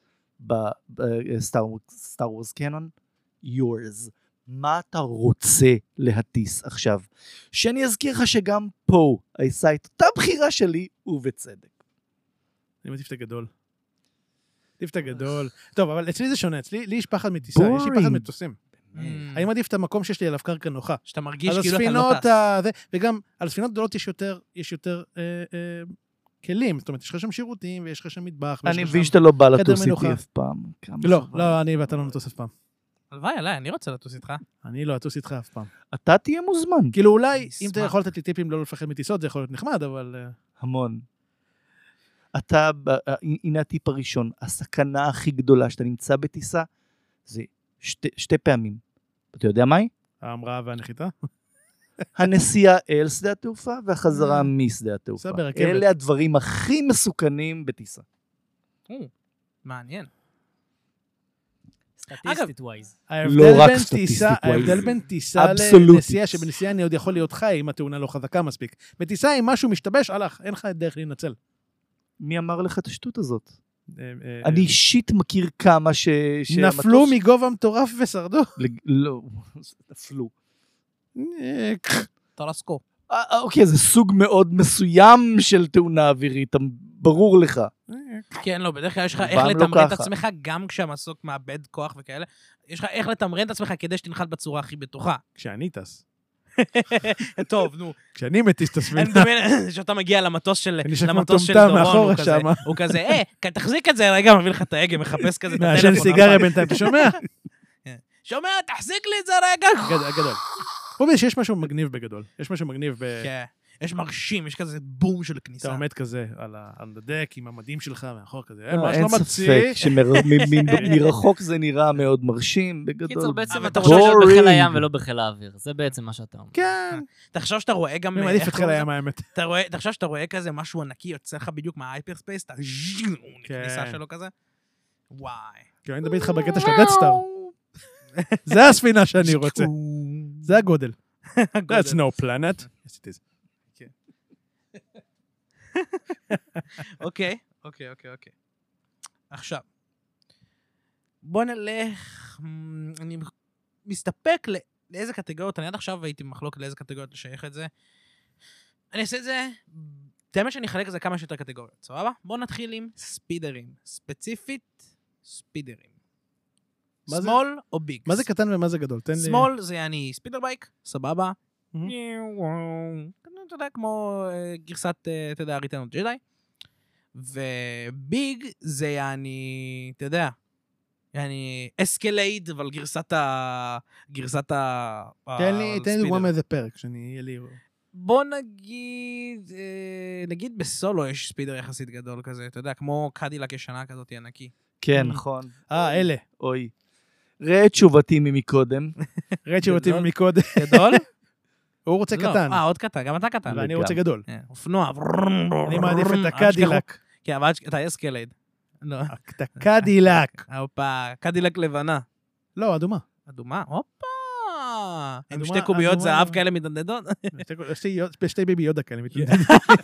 בסטאר וורס קנון, yours. מה אתה רוצה להטיס עכשיו? שאני אזכיר לך שגם פה, עשה את אותה בחירה שלי, ובצדק. אני מעדיף את הגדול. מעדיף את הגדול. טוב, אבל אצלי זה שונה. אצלי, לי יש פחד מטיסה, יש לי פחד מטוסים. אני מעדיף את המקום שיש לי עליו קרקע נוחה. שאתה מרגיש כאילו אתה לא טס. וגם על ספינות גדולות יש יותר, יש יותר כלים. זאת אומרת, יש לך שם שירותים, ויש לך שם מטבח. אני מבין שאתה לא בא לטוס איתי אף פעם. לא, לא, אני ואתה לא נטוס אף פעם. הלוואי, עליי, אני רוצה לטוס איתך. אני לא אטוס איתך אף פעם. אתה תהיה מוזמן. כאילו אולי, אם אתה יכול לתת לי טיפים לא לפחד מטיסות, זה יכול להיות נחמד, אבל... המון. אתה, הנה הטיפ הראשון, הסכנה הכי גדולה שאתה נמצא בטיסה, זה שתי פעמים. אתה יודע מה היא? ההמראה והנחיתה? הנסיעה אל שדה התעופה והחזרה משדה התעופה. אלה הדברים הכי מסוכנים בטיסה. מעניין. סטטיסטית ווייז. ההבדל בין טיסה לנסיעה, שבנסיעה אני עוד יכול להיות חי, אם התאונה לא חזקה מספיק. בטיסה, אם משהו משתבש, הלך, אין לך דרך להינצל. מי אמר לך את השטות הזאת? אני אישית מכיר כמה ש... נפלו מגובה מטורף ושרדו? לא, נפלו. טרסקו. אוקיי, זה סוג מאוד מסוים של תאונה אווירית, ברור לך. כן, לא, בדרך כלל יש לך איך לתמרן את עצמך, גם כשהמסוק מאבד כוח וכאלה, יש לך איך לתמרן את עצמך כדי שתנחת בצורה הכי בטוחה. כשאני טס. טוב, נו. כשאני מטיס את הספינה. אני מדמיין שאתה מגיע למטוס של דורון, הוא כזה, אה, תחזיק את זה, רגע, מביא לך את ההגה, מחפש כזה את הטלפון. מעשן סיגריה בינתיים, אתה שומע? שומע, תחזיק לי את זה רגע. גדול. הוא אומר שיש משהו מגניב בגדול. יש משהו מגניב ב... כן. יש מרשים, יש כזה בום של כניסה. אתה עומד כזה על הדק עם המדים שלך מאחור כזה. אין ספק שמרחוק זה נראה מאוד מרשים בגדול. קיצור, בעצם אתה רוצה להיות בחיל הים ולא בחיל האוויר. זה בעצם מה שאתה אומר. כן. תחשוב שאתה רואה גם... אני מעדיף את חיל הים האמת. תחשוב שאתה רואה כזה משהו ענקי, יוצא לך בדיוק מההייפרספייס, אתה כניסה שלו כזה. וואי. כאילו אני מדבר איתך בקטע של הדאט-סטאר. זה הספינה שאני רוצה. זה הגודל. That's no planet. Yes, it is. אוקיי, אוקיי, אוקיי, אוקיי. עכשיו, בוא נלך, אני מסתפק לאיזה קטגוריות, אני עד עכשיו הייתי מחלוק לאיזה קטגוריות לשייך את זה. אני אעשה את זה, תאמת שאני אחלק את זה כמה שיותר קטגוריות, סבבה? בוא נתחיל עם ספידרים, ספציפית ספידרים. small או big? מה זה קטן ומה זה גדול? small זה אני ספידר בייק, סבבה. אתה יודע, כמו גרסת, אתה יודע, ריטרן אוף ג'די. וביג זה יעני, אתה יודע, יעני אסקלייד, אבל גרסת ה... גרסת ה... תן לי, תן לי דוגמה מאיזה פרק, שאני אהיה לי... בוא נגיד, נגיד בסולו יש ספידר יחסית גדול כזה, אתה יודע, כמו קדילק ישנה כזאת ענקי. כן, נכון. אה, אלה. אוי. ראה תשובתי ממקודם. ראה תשובתי ממקודם. גדול? הוא רוצה קטן. אה, עוד קטן, גם אתה קטן. ואני רוצה גדול. אופנוע. אני מעדיף את הקדילק. כן, אבל אתה אסקלייד. את הקדילק. הופה, קדילק לבנה. לא, אדומה. אדומה? הופה. עם שתי קוביות זהב כאלה מתנדנדות? שתי בייבי יודה כאלה מתנדנדות.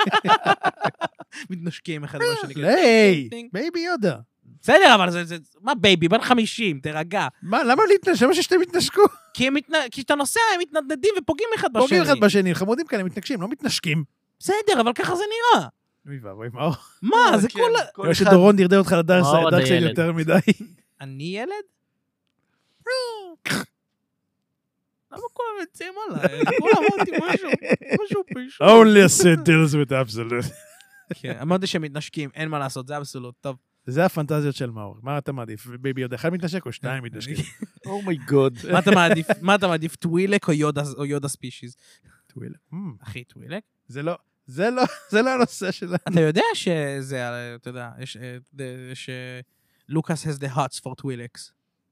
מתנשקים אחד בשני. היי, בייבי יודה. בסדר, אבל זה, מה בייבי, בן חמישים, תרגע. מה, למה להתנשק? למה ששתי מתנשקו? כי כשאתה נוסע, הם מתנדנדים ופוגעים אחד בשני. פוגעים אחד בשני, חמודים כאלה מתנגשים, לא מתנשקים. בסדר, אבל ככה זה נראה. מי ואבוי, מאור. מה, זה כולה... יש שדורון דרדר אותך לדרקסייד יותר מדי. אני ילד? למה כולם יוצאים עליי? כולם אמרתי משהו, משהו פשוט. Only a Sith deals with absolute. כן, אמרתי שהם מתנשקים, אין מה לעשות, זה אבסולוט, טוב. זה הפנטזיות של מאור. מה אתה מעדיף? ביבי עוד אחד מתנשק או שתיים מתנשקים? אומייגוד. מה אתה מעדיף? מה אתה מעדיף, טווילק או יודה ספישיז? טווילק. אחי, טווילק? זה לא, זה לא, זה לא הנושא שלנו. אתה יודע שזה, אתה יודע, יש לוקאס has the hearts for טווילקס.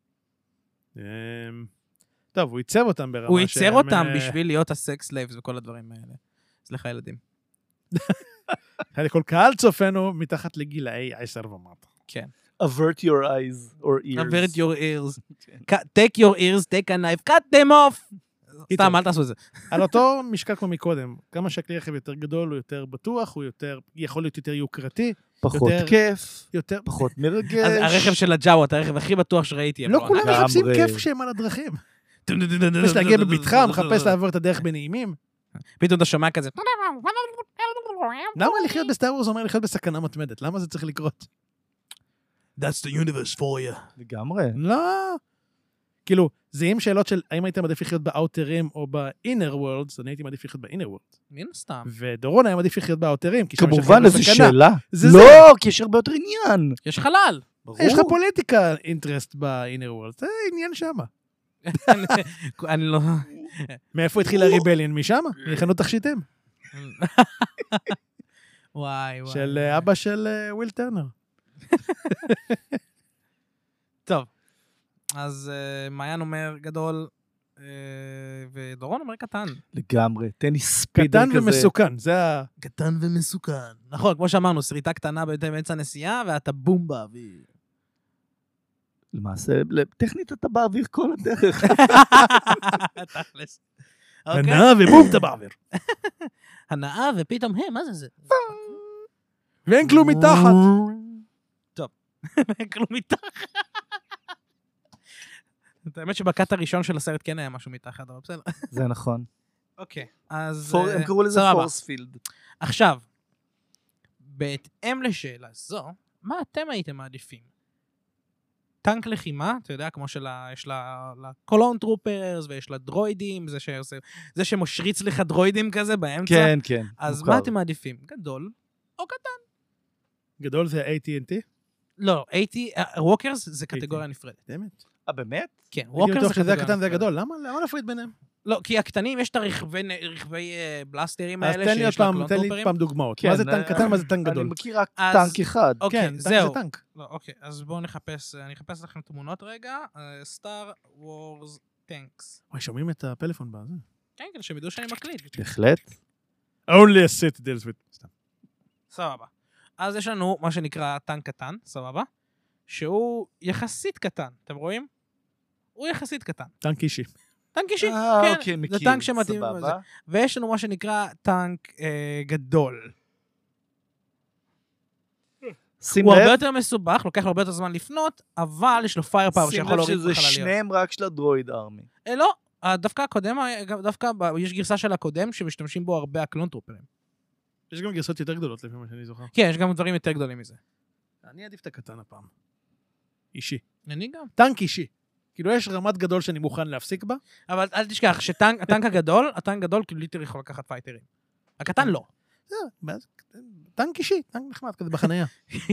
טוב, הוא ייצר אותם ברמה הוא ייצר אותם בשביל להיות הסקס לייבס וכל הדברים האלה. סליחה, ילדים. כל קהל צופנו מתחת לגילאי עשר ומטה. כן. avert your eyes or ears. avert your ears. take your ears, take a knife, cut them off. סתם, אל תעשו את זה. על אותו משקל כמו מקודם, כמה שהכלי רכב יותר גדול, הוא יותר בטוח, הוא יותר, יכול להיות יותר יוקרתי. פחות כיף, יותר... פחות מרגש. אז הרכב של הג'אוות, הרכב הכי בטוח שראיתי. לא כולם מחפשים כיף שהם על הדרכים. יש להגיע בביטחה, מחפש לעבור את הדרך בנעימים. פתאום אתה שומע כזה. למה לחיות בסטאר וורס אומר לחיות בסכנה מתמדת? למה זה צריך לקרות? That's the universe for you. לגמרי. לא. כאילו, זה עם שאלות של האם הייתם עדיף לחיות באוטרים או באינר וורלדס, אני הייתי מעדיף לחיות באינר וורלדס. מן סתם. ודורון היה מעדיף לחיות באוטרים. כמובן, איזו שאלה. לא, כי יש הרבה יותר עניין. יש חלל. יש לך פוליטיקה אינטרסט באינר וורלדס, זה עניין שמה. אני לא... מאיפה התחילה ריבליאן? משם? מחנות תכשיטים. וואי, וואי. של אבא של וויל טרנר. טוב. אז מעיין אומר גדול, ודורון אומר קטן. לגמרי, תן לי ספידר כזה. קטן ומסוכן, זה ה... קטן ומסוכן. נכון, כמו שאמרנו, שריטה קטנה באמצע הנסיעה, ואתה בום באוויר. למעשה, טכנית אתה באוויר כל הדרך. תכלס. הנאה ובום אתה באוויר. הנאה ופתאום, היי, מה זה זה? ואין כלום מתחת. טוב, ואין כלום מתחת. האמת שבקט הראשון של הסרט כן היה משהו מתחת, אבל בסדר. זה נכון. אוקיי, אז... הם קראו לזה פורספילד. עכשיו, בהתאם לשאלה זו, מה אתם הייתם מעדיפים? טנק לחימה, אתה יודע, כמו שיש לקולון טרופרס, ויש לה דרוידים, זה שמושריץ לך דרוידים כזה באמצע. כן, כן. אז מה אתם מעדיפים? גדול או קטן? גדול זה איי טי אנד טי? לא, ווקרס זה קטגוריה נפרדת. באמת? אה, באמת? כן, ווקרס זה קטגוריה נפרדת. זה הקטן, זה הגדול. למה נפריד ביניהם? לא, כי הקטנים, יש את הרכבי בלסטרים האלה שיש לה קולון טרופרים. תן לי פעם דוגמאות. מה זה טנק קטן, מה זה טנק גדול? אני מכיר רק טנק אחד. כן, זהו. אוקיי, אז בואו נחפש, אני אחפש לכם תמונות רגע. סטאר וורס טנקס. אוי, שומעים את הפלאפון בזה. כן, כדי שהם ידעו שאני מקליט. בהחלט. Only a Sith deals with... סבבה. אז יש לנו מה שנקרא טנק קטן, סבבה? שהוא יחסית קטן, אתם רואים? הוא יחסית קטן. טנק אישי. טנק אישי, כן, כן, מכיר, זה טנק שמתאים. סבבה. ויש לנו מה שנקרא טנק אה, גדול. שים הוא לב, הרבה יותר מסובך, לוקח לו הרבה יותר זמן לפנות, אבל יש לו פייר פאוור שיכול להוריד שים לב שזה שניהם רק של הדרויד ארמי. אה, לא, דווקא הקודם, דווקא יש גרסה של הקודם שמשתמשים בו הרבה הקלון טרופרים. יש גם גרסות יותר גדולות לפי מה שאני זוכר. כן, יש גם דברים יותר גדולים מזה. אני אעדיף את הקטן הפעם. אישי. אני גם. טנק אישי. כאילו יש רמת גדול שאני מוכן להפסיק בה. אבל אל תשכח שהטנק הגדול, הטנק הגדול כאילו ליטר יכול לקחת פייטרים. הקטן לא. טנק אישי, טנק נחמד כזה בחנייה.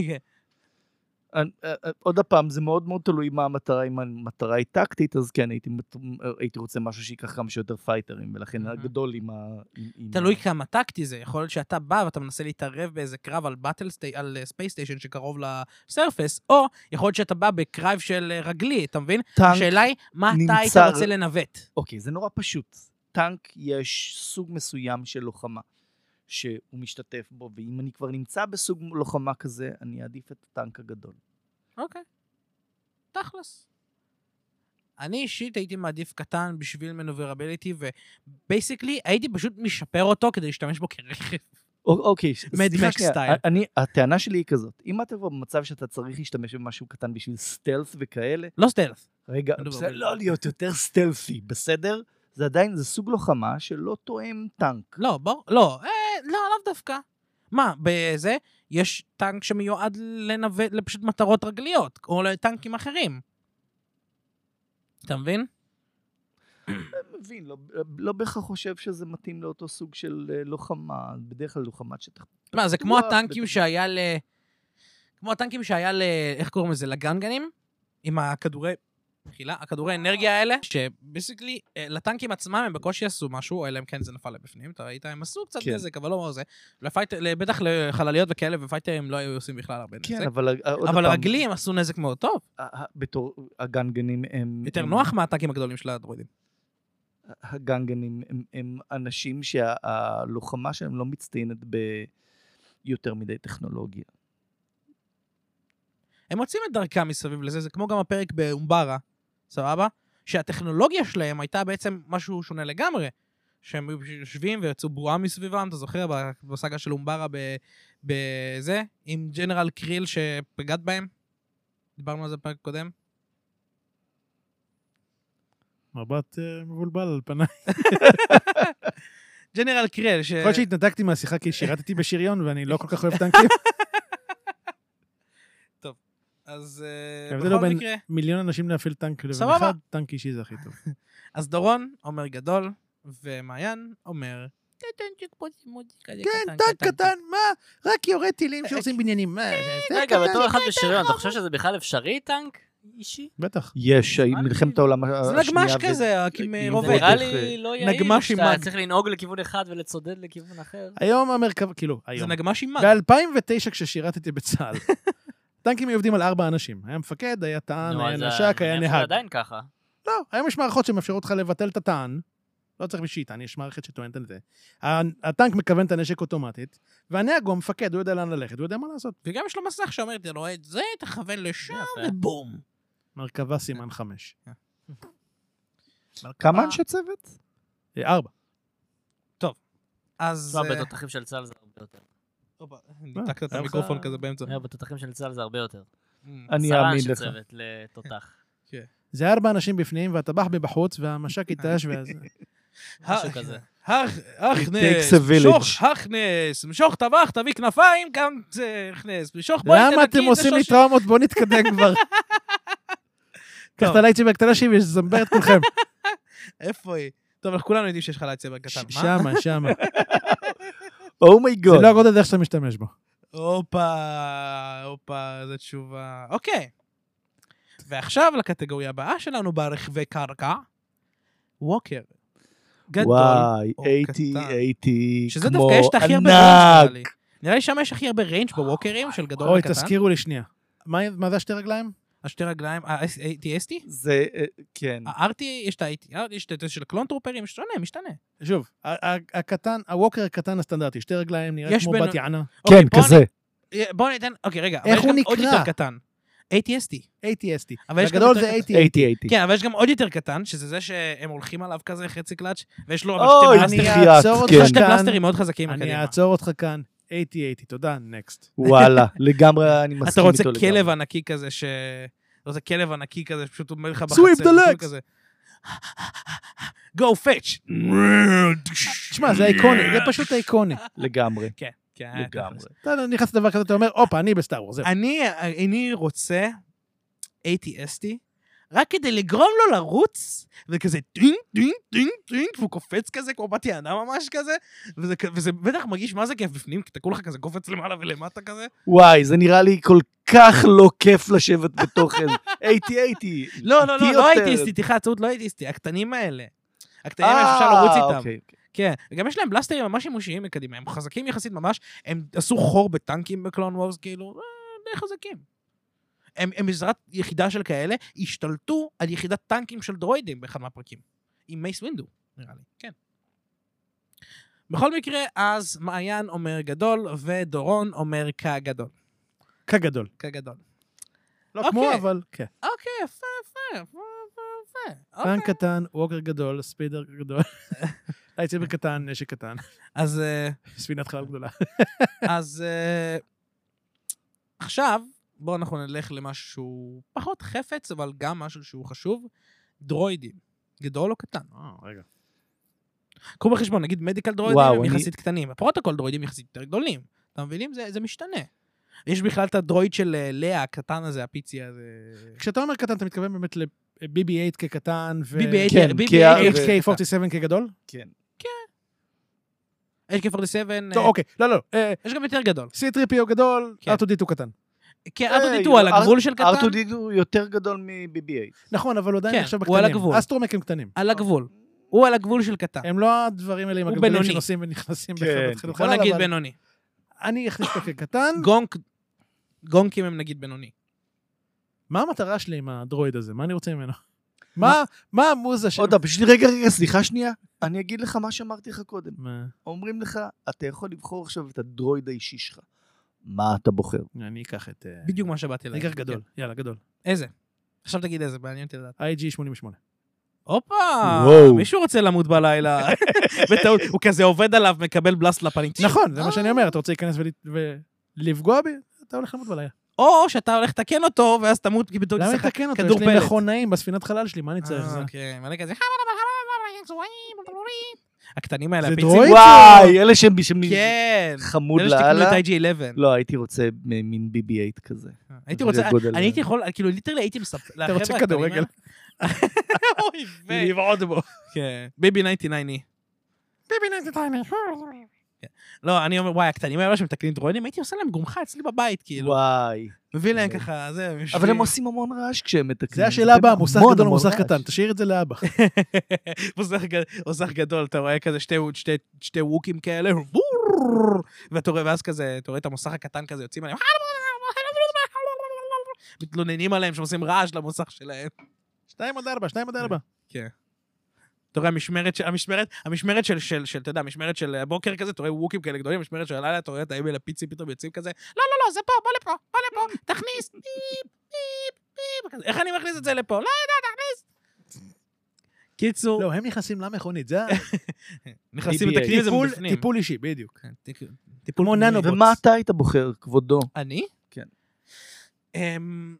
עוד הפעם, זה מאוד מאוד תלוי מה המטרה, אם המטרה היא טקטית, אז כן, הייתי רוצה משהו שיקח כמה שיותר פייטרים, ולכן הגדול עם ה... תלוי כמה טקטי זה, יכול להיות שאתה בא ואתה מנסה להתערב באיזה קרב על על ספייס סטיישן שקרוב לסרפס, או יכול להיות שאתה בא בקרב של רגלי, אתה מבין? השאלה היא, מה אתה היית רוצה לנווט? אוקיי, זה נורא פשוט. טנק יש סוג מסוים של לוחמה. שהוא משתתף בו, ואם אני כבר נמצא בסוג לוחמה כזה, אני אעדיף את הטנק הגדול. אוקיי. תכלס. אני אישית הייתי מעדיף קטן בשביל מנוברביליטי, ובייסיקלי הייתי פשוט משפר אותו כדי להשתמש בו כרכב. אוקיי, מדמק סטייל. הטענה שלי היא כזאת, אם אתה כבר במצב שאתה צריך להשתמש במשהו קטן בשביל סטלס וכאלה, לא סטלס. רגע, לא להיות יותר סטלסי, בסדר? זה עדיין, זה סוג לוחמה שלא תואם טנק. לא, בוא, לא, אה, לא, לא דווקא. מה, בזה יש טנק שמיועד לנווט, לפשוט מטרות רגליות, או לטנקים אחרים. אתה מבין? מבין, לא, לא בהכרח חושב שזה מתאים לאותו סוג של לוחמה, בדרך כלל לוחמת שטח. מה, זה כמו הטנקים שהיה ל... כמו הטנקים שהיה ל... איך קוראים לזה? לגנגנים? עם הכדורי... מחילה, הכדורי אנרגיה האלה, שבסיקלי, לטנקים עצמם הם בקושי עשו משהו, אלא אם כן זה נפל לבפנים, אתה ראית, הם עשו קצת נזק, אבל לא אומר זה. בטח לחלליות וכאלה, ופייטרים לא היו עושים בכלל הרבה נזק. כן, אבל... אבל הרגלים עשו נזק מאוד טוב. בתור הגנגנים הם... יותר נוח מהטנקים הגדולים של הדרוידים. הגנגנים הם אנשים שהלוחמה שלהם לא מצטיינת ביותר מדי טכנולוגיה. הם מוצאים את דרכם מסביב לזה, זה כמו גם הפרק באומברה, סבבה? שהטכנולוגיה שלהם הייתה בעצם משהו שונה לגמרי, שהם יושבים ויצאו בועה מסביבם, אתה זוכר בסגה של אומברה בזה, עם ג'נרל קריל שפגעת בהם? דיברנו על זה בפרק קודם. מבט מבולבל על פניי. ג'נרל קריל ש... יכול להיות שהתנתקתי מהשיחה כי שירתתי בשריון ואני לא כל כך אוהב טנקים. אז בכל מקרה... מיליון אנשים להפעיל טנק לבן אחד, טנק אישי זה הכי טוב. אז דורון אומר גדול, ומעיין אומר... כן, טנק קטן, מה? רק יורד טילים שעושים בניינים. רגע, בתור אחד בשריון, אתה חושב שזה בכלל אפשרי טנק אישי? בטח. יש, מלחמת העולם השנייה... זה נגמש כזה, עם רובה. נראה לי לא יעיל, שאתה צריך לנהוג לכיוון אחד ולצודד לכיוון אחר. היום המרכב, כאילו, היום. זה נגמש עם מד. ב-אלפיים ותשע כששירתתי בצה"ל. טנקים עובדים על ארבע אנשים. היה מפקד, היה טען, היה נשק, היה נהג. זה עדיין ככה. לא, היום יש מערכות שמאפשרות לך לבטל את הטען. לא צריך בשיטן, יש מערכת שטוענת על זה. הטנק מכוון את הנשק אוטומטית, והנהג הוא המפקד, הוא יודע לאן ללכת, הוא יודע מה לעשות. וגם יש לו מסך שאומרת לו, את זה תכוון לשם ובום. מרכבה סימן חמש. כמה אנשי צוות? ארבע. טוב, אז... לא, בתותחים של צה"ל זה הרבה יותר. ניתקת את המיקרופון כזה באמצע. בתותחים של צה"ל זה הרבה יותר. אני אאמין לך. עשרה אנשי צוות לתותח. זה ארבע אנשים בפנים, והטבח מבחוץ, והמשק איתש, וזה... משהו כזה. הכנס, משוך הכנס, משוך טבח, תביא כנפיים, גם זה הכנס, משוך בואי תנקי. למה אתם עושים לי טראומות? בואו נתקדם כבר. קח את הלייטסייבר הקטנה שלי ושזמבר את כולכם. איפה היא? טוב, אנחנו כולנו יודעים שיש לך לייטסייבר קטן. שמה, שמה. אומייגוד. זה לא הגודל איך שאתה משתמש בו. הופה, הופה, זו תשובה. אוקיי. ועכשיו לקטגוריה הבאה שלנו ברכבי קרקע, ווקר. גדול וואי, או שמונים, קטן. שמונים, שזה כמו דווקא יש את הכי הרבה ריינג' נראה לי. נראה לי שם יש הכי הרבה ריינג' בווקרים של גדול אוי, וקטן. תזכירו לי שנייה. מה זה השתי רגליים? השתי רגליים, ה-איי טי אס טי? זה, כן. ה-אר טי, יש את ה-איי טי, יש את של קלונטרופרים, משתנה, משתנה. שוב, הקטן, הווקר הקטן הסטנדרטי, שתי רגליים נראה כמו בת יענה. כן, כזה. בוא ניתן, אוקיי, רגע. איך הוא נקרא? עוד יותר קטן. איי טי אס טי. איי טי אס טי. הגדול זה איי טי איי טי. כן, אבל יש גם עוד יותר קטן, שזה זה שהם הולכים עליו כזה חצי קלאץ', ויש לו אוי, שתי פלסטרים מאוד חזקים אני מקדימה. אעצור אותך כאן. איי טי איי טי, תודה, נקסט. וואלה, לגמרי אני מסכים אתה איתו רוצה לגמרי. כלב ענקי כזה, ש... אתה רוצה כלב ענקי כזה, שפשוט אומר לך Sweep the legs! Go fetch! תשמע, זה איקוני, זה פשוט איקוני. לגמרי. כן, כן. לגמרי. אתה נכנס לדבר כזה, אתה אומר, אופה, אני בסטאר וורס, זהו. אני רוצה איי טי אס טי, רק כדי לגרום לו לרוץ, וכזה טינג, טינג, טינג, טינג, והוא קופץ כזה, כמו בת יענה ממש כזה, וזה, וזה בטח מרגיש מה זה כיף בפנים, כי אתה כולך כזה קופץ למעלה ולמטה כזה. וואי, זה נראה לי כל כך לא כיף לשבת בתוכן. איי טי איי טי. לא, לא, לא, לא איי טי אס טי, תיכה, עצות, לא איי טי אס טי, הקטנים האלה. הקטנים האלה שאפשר לרוץ איתם. כן, וגם יש להם בלסטרים ממש שימושיים מקדימה, הם חזקים יחסית ממש, הם עשו חור בטנקים בקלון וורס, כאילו, די חזקים. הם, הם בעזרת יחידה של כאלה, השתלטו על יחידת טנקים של דרוידים באחד מהפרקים. עם מייס ווינדו, נראה לי, כן. בכל מקרה, אז מעיין אומר גדול, ודורון אומר כגדול. כגדול. כגדול. לא כמו, אבל כן. אוקיי, יפה, יפה, יפה, יפה. טנק קטן, ווקר גדול, ספידר גדול. לייטסייבר קטן, נשק קטן. אז... ספינת חלל גדולה. אז... עכשיו... בואו אנחנו נלך למשהו שהוא פחות חפץ, אבל גם משהו שהוא חשוב. דרוידים. גדול או קטן? אה, רגע. קחו בחשבון, נגיד מדיקל דרוידים הם יחסית קטנים. הפרוטוקול דרוידים יחסית יותר גדולים. אתה מבינים? זה משתנה. יש בכלל את הדרויד של לאה, הקטן הזה, הפיצי הזה. כשאתה אומר קטן, אתה מתכוון באמת בי בי אייט כקטן, ו... בי בי אייט, כן, בי כי בי ה- אייט, אייץ' קיי ארבעים ושבע כגדול? כן. אייץ' קיי ארבעים ושבע, טוב, אוקיי, לא, לא. יש גם יותר גדול. סי טרי פי או גדול, כן. אר טו די טו קטן. כי אר טו די טו הוא על הגבול של קטן. אר טו די טו הוא יותר גדול מ-בי בי אייט. נכון, אבל הוא עדיין כן, עכשיו הוא על בקטנים. הגבול. אסטרומק הם קטנים. על הגבול. הוא על הגבול של קטן. הם לא הדברים האלה עם הוא הגדולים בינוני. שנוסעים ונכנסים כן. בחנות בוא חלל, נגיד אבל בינוני. אני אכניס אותו כקטן. גונק, גונקים הם נגיד בינוני. מה המטרה שלי עם הדרויד הזה? מה אני רוצה ממנו? מה, מה המוזה של... עוד פעם, פשוט רגע, רגע, סליחה שנייה. אני אגיד לך מה שאמרתי לך קודם. מה? אומרים לך, אתה יכול לבחור עכשיו את הדרויד האישי שלך. מה אתה בוחר? אני אקח את... אה, בדיוק מה שבאתי אני להגיד. אקח גדול. יאללה, גדול. איזה? עכשיו תגיד איזה, מעניין אותי לדעת. איי ג'י שמונים ושמונה. הופה, וואו. מישהו רוצה למות בלילה. בטעות, הוא כזה עובד עליו, מקבל בלסט לפנים. נכון, זה מה שאני אומר. אתה רוצה להיכנס ולפגוע בי? אתה הולך למות בלילה. או שאתה הולך לתקן אותו, ואז תמות כי בטעות למה ישחק לתקן אותו? כדור יש לי פלט. מכון נעים בספינת חלל שלי, מה אני צריך? זה? אוקיי, מלא כזה. הקטנים האלה, זה הפיצים. דרויד? וואי, אלה שהם שהם כן. חמוד אלה שתקנו את לאללה. איי ג'י אחת עשר. לא, הייתי רוצה מין בי בי אייט כזה. הייתי רוצה, גודל- אני הייתי יכול, כאילו ליטרלי הייתי מספר. אתה רוצה כדורגל? אוי ויי. לבעוד בו. כן. ביבי תשעים ותשע. ביבי נטי טייני. לא, אני אומר, וואי, הקטנים האלה שמתקנים דרוידים, הייתי עושה להם גומחה אצלי בבית, כאילו. וואי. מביא להם ככה, זה, אבל הם עושים המון רעש כשהם מתקנים. זה השאלה הבאה, מוסך המון, גדול או המון מוסך רעש. קטן, תשאיר את זה לאבא. מוסך גדול, אתה רואה כזה שתי, שתי, שתי ווקים כאלה, בורר, ואתה רואה, ואז כזה, אתה רואה את המוסך הקטן כזה, יוצאים עליהם, מתלוננים עליהם שעושים רעש למוסך שלהם. שתיים עד ארבע, שתיים עד ארבע. כן. אתה רואה, המשמרת של, המשמרת, המשמרת של, של, של, אתה יודע, המשמרת של הבוקר כזה, אתה רואה ווקים כאלה גדולים, המשמרת של הלילה, אתה רואה את האימייל הפיצים פתאום יוצאים כזה, לא, לא, לא, זה פה, בוא לפה, בוא לפה, תכניס, פיפ, פיפ, פיפ, כזה, איך אני מכניס את זה לפה? לא יודע, תכניס. קיצור, לא, הם נכנסים למכונית, זה נכנסים בי בי איי. לתקנים את זה טיפול- מבפנים. טיפול אישי, בדיוק. כן, טיפ- טיפול כמו פנימי. ננו. ומה אתה היית בוחר, כבודו? אני? כן. אמ...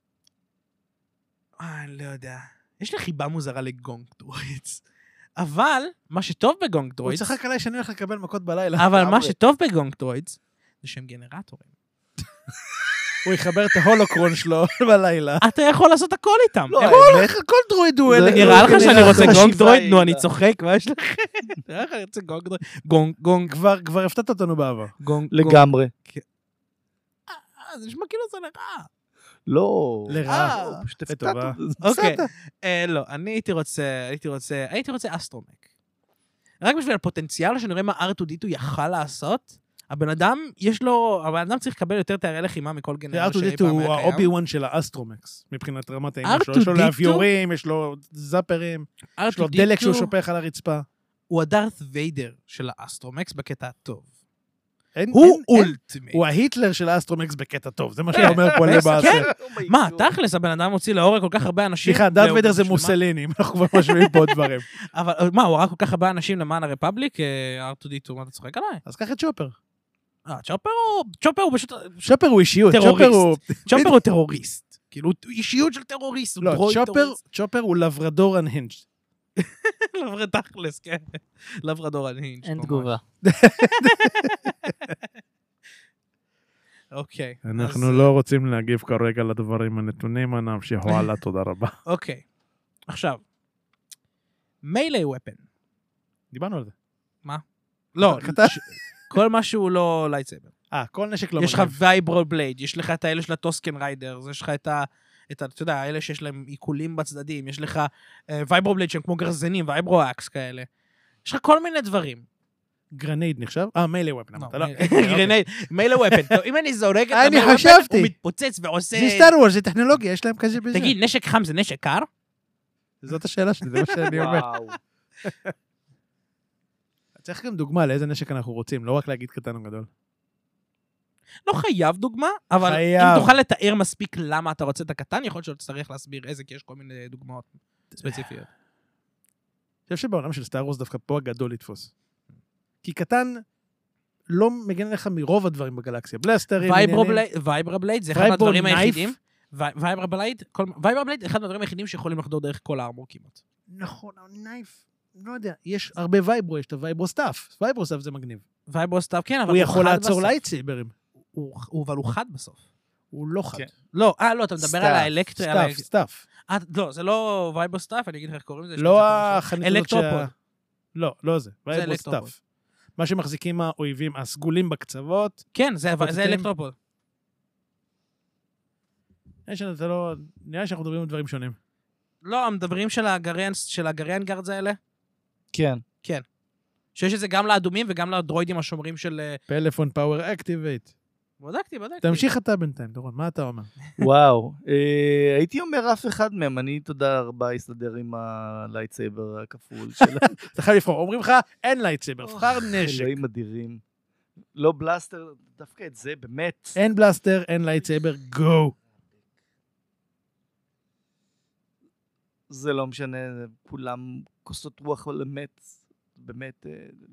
אה, אני לא יודע. יש לי חיבה מוזרה לגונג דרוידס. אבל, מה שטוב בגונג הוא דרוידס, צחק עליי שאני הולך לקבל מכות בלילה. אבל מה לגמרי. שטוב בגונג דרוידס, זה שהם גנרטורים. הוא יחבר את ההולוקרון שלו בלילה. אתה יכול לעשות הכל איתם. לא, הם- האמת, כל דרואיד הוא זה- אלה. נראה לך שאני רוצה חשיבה גונג דרויד? היא- נו, אני צוחק, מה יש לכם? נראה לך אני רוצה גונג דרויד? גונג, גונג, כבר כבר הפתעת אותנו בעבר. גונג, גונג. לגמרי. אה, זה נשמע כאילו זה לרעה. לא. לרעה. אה, פשוט לטובה. הפתעת אותי. אוקיי. בסדר. אה, לא, אני הייתי רוצה, הייתי רוצה, הייתי רוצה אסטרומק. רק בשביל הפוטנציאל שנראה מה אר טו די טו יכל לעשות, הבן אדם, יש לו, הבן אדם צריך לקבל יותר תארי לחימה מכל גנרל אר טו די שאי טו פעם הוא היה האובי קיים. וואן של האסטרומקס, מבחינת רמת האימון שלו. אר טו יש לו די טו? לאביורים, יש לו זאפרים, יש לו דלק שהוא שופך על הרצפה. הוא הדארת ויידר של האסטרומקס בקטע הטוב. אין- הוא אין- אין- אולטימט. הוא ההיטלר של האסטרומקס בקטע טוב, זה מה שאני אומר פה למעשה. כן. מה, תכלס, הבן אדם הוציא להורג כל כך הרבה אנשים. סליחה, דארט ויידר זה בשביל מה? מוסליני, אם אנחנו כבר משווים פה דברים. אבל מה, הוא הרג כל כך הרבה אנשים למען הרפבליק? אר טו די טו, מה אתה צוחק עליי? אז קח את שופר. אה, צ'ופר הוא... צ'ופר הוא פשוט... שופר הוא אישיות, טרוריסט. צ'ופר הוא... צ'ופר הוא טרוריסט. כאילו, הוא אישיות של טרוריסט. הוא לא, דרויד צ'ופר, טרוריסט. צ'ופר הוא לברדור אנהינג'. לברדור תכלס, כן. לברדור הנהינג'. אין ממש. תגובה. אוקיי. אנחנו אז, לא רוצים להגיב כרגע לדברים הנתונים, נמשיכו הלאה, תודה רבה. אוקיי. עכשיו. מיילי ופן. דיברנו על זה. לא, אתה- ש- כל מה שהוא לא לייטסייבר. אה, כל נשק לא יש לך מגניב. וייברו בלייד, יש לך את האלה של הטוסקן ריידר, יש לך את ה... את ה... אתה יודע, האלה שיש להם עיקולים בצדדים, יש לך וייברו בלייד שהם כמו גרזנים, וייברו אקס כאלה. יש לך כל מיני דברים. גרנייד נחשב? אה, מיילי ופן, אמרת, לא. גרנייד, מיילה ופן. טוב, אם אני זורק את אני המיילה ופן, חשבתי. הוא מתפוצץ ועושה... זה סטאר וורס, זה טכנולוגיה, יש להם כזה בזה. תגיד, נשק חם זה נשק קר? זאת השאלה שלי, זה מה שאני אומר. וואו. צריך גם דוגמה לאיזה נשק אנחנו רוצים, לא רק להגיד קטן או גדול. לא חייב דוגמה, אבל חייב. אם תוכל לתאר מספיק למה אתה רוצה את הקטן, יכול להיות שאתה צריך להסביר איזה, כי יש כל מיני דוגמאות ספציפיות. אני חושב שבעולם של סטאר וורס דווקא פה הגדול לתפוס. כי קטן לא מגן עליך מרוב הדברים בגלקסיה. בלסטרים, וייברה בלייד זה אחד וייברו מהדברים נייף. היחידים. וייברה בלייד, וייברה בלייד אחד מהדברים היחידים שיכולים לחדור דרך כל הארמור כמעט. נכון, נייף, לא יודע, יש הרבה וייברו, יש את הווייברו סטאפ. וייברו סטאפ זה מגניב. וייברו סטאפ, כן, אבל הוא יכול חד לעצור בסוף. לייטסייברים. הוא- הוא- אבל הוא חד בסוף. הוא לא חד. לא, אה, לא, אתה מדבר על האלקטרי. סטאפ, סטאפ. לא, זה לא וייבו סטאפ, אני אגיד לך איך קוראים לזה. לא החנית הזאת אלקטרופוד. לא, לא זה. וייבו סטאפ. מה שמחזיקים האויבים, הסגולים בקצוות. כן, זה אלקטרופוד. נראה שאנחנו מדברים על דברים שונים. לא, המדברים של הגריאן גארדס האלה? כן. כן. שיש את זה גם לאדומים וגם לדרוידים השומרים של... פלאפון פאוור אקטיבייט. בדקתי, בדקתי. תמשיך אתה בינתיים, דורון, מה אתה אומר? וואו, הייתי אומר אף אחד מהם, אני תודה רבה אסתדר עם הלייטסייבר הכפול שלה. אתה חייב לבחור, אומרים לך, אין לייטסייבר, בחר נשק. אלוהים אדירים. לא בלאסטר, דווקא את זה, באמת. אין בלאסטר, אין לייטסייבר, גו. זה לא משנה, כולם כוסות רוח למת, באמת.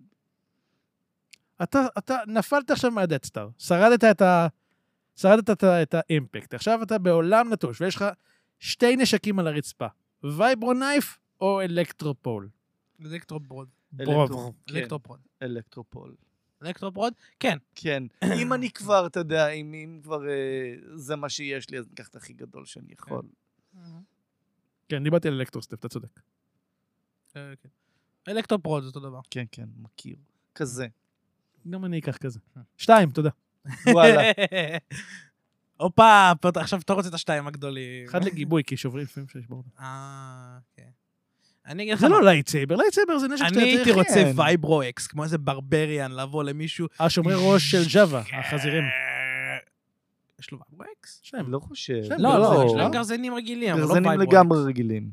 אתה, אתה נפלת עכשיו מהדדסטאר, שרדת את ה... שרדת את, ה... את האימפקט. עכשיו אתה בעולם נטוש, ויש לך שתי נשקים על הרצפה. וייברו נייף או אלקטרופול? אלקטרופוד. ברוב. אלקטרופוד. אלקטרופול. אלקטרופוד? כן. כן. אם אני כבר, אתה יודע, אם, אם כבר זה מה שיש לי, אז ניקח את הכי גדול שאני יכול. כן, דיברתי על אלקטרוסטף, אתה צודק. אלקטרופוד זה אותו דבר. כן, כן, מכיר. כזה. גם אני אקח כזה. שתיים, תודה. וואלה. הופה, עכשיו אתה רוצה את השתיים הגדולים. אחד לגיבוי, כי שוברים לפעמים שיש בורדה. אה, כן. אני אגיד לך... זה לא לייטסייבר, לייטסייבר זה נשק שאתה אני הייתי צריך... רוצה וייברו אקס, כמו איזה ברבריאן, לבוא למישהו... השומרי ראש של ג'אווה, החזירים. יש לו וייברו אקס? יש להם. לא חושב. לא, יש להם גרזנים רגילים, אבל לא וייברו אקס. גרזנים לגמרי רגילים.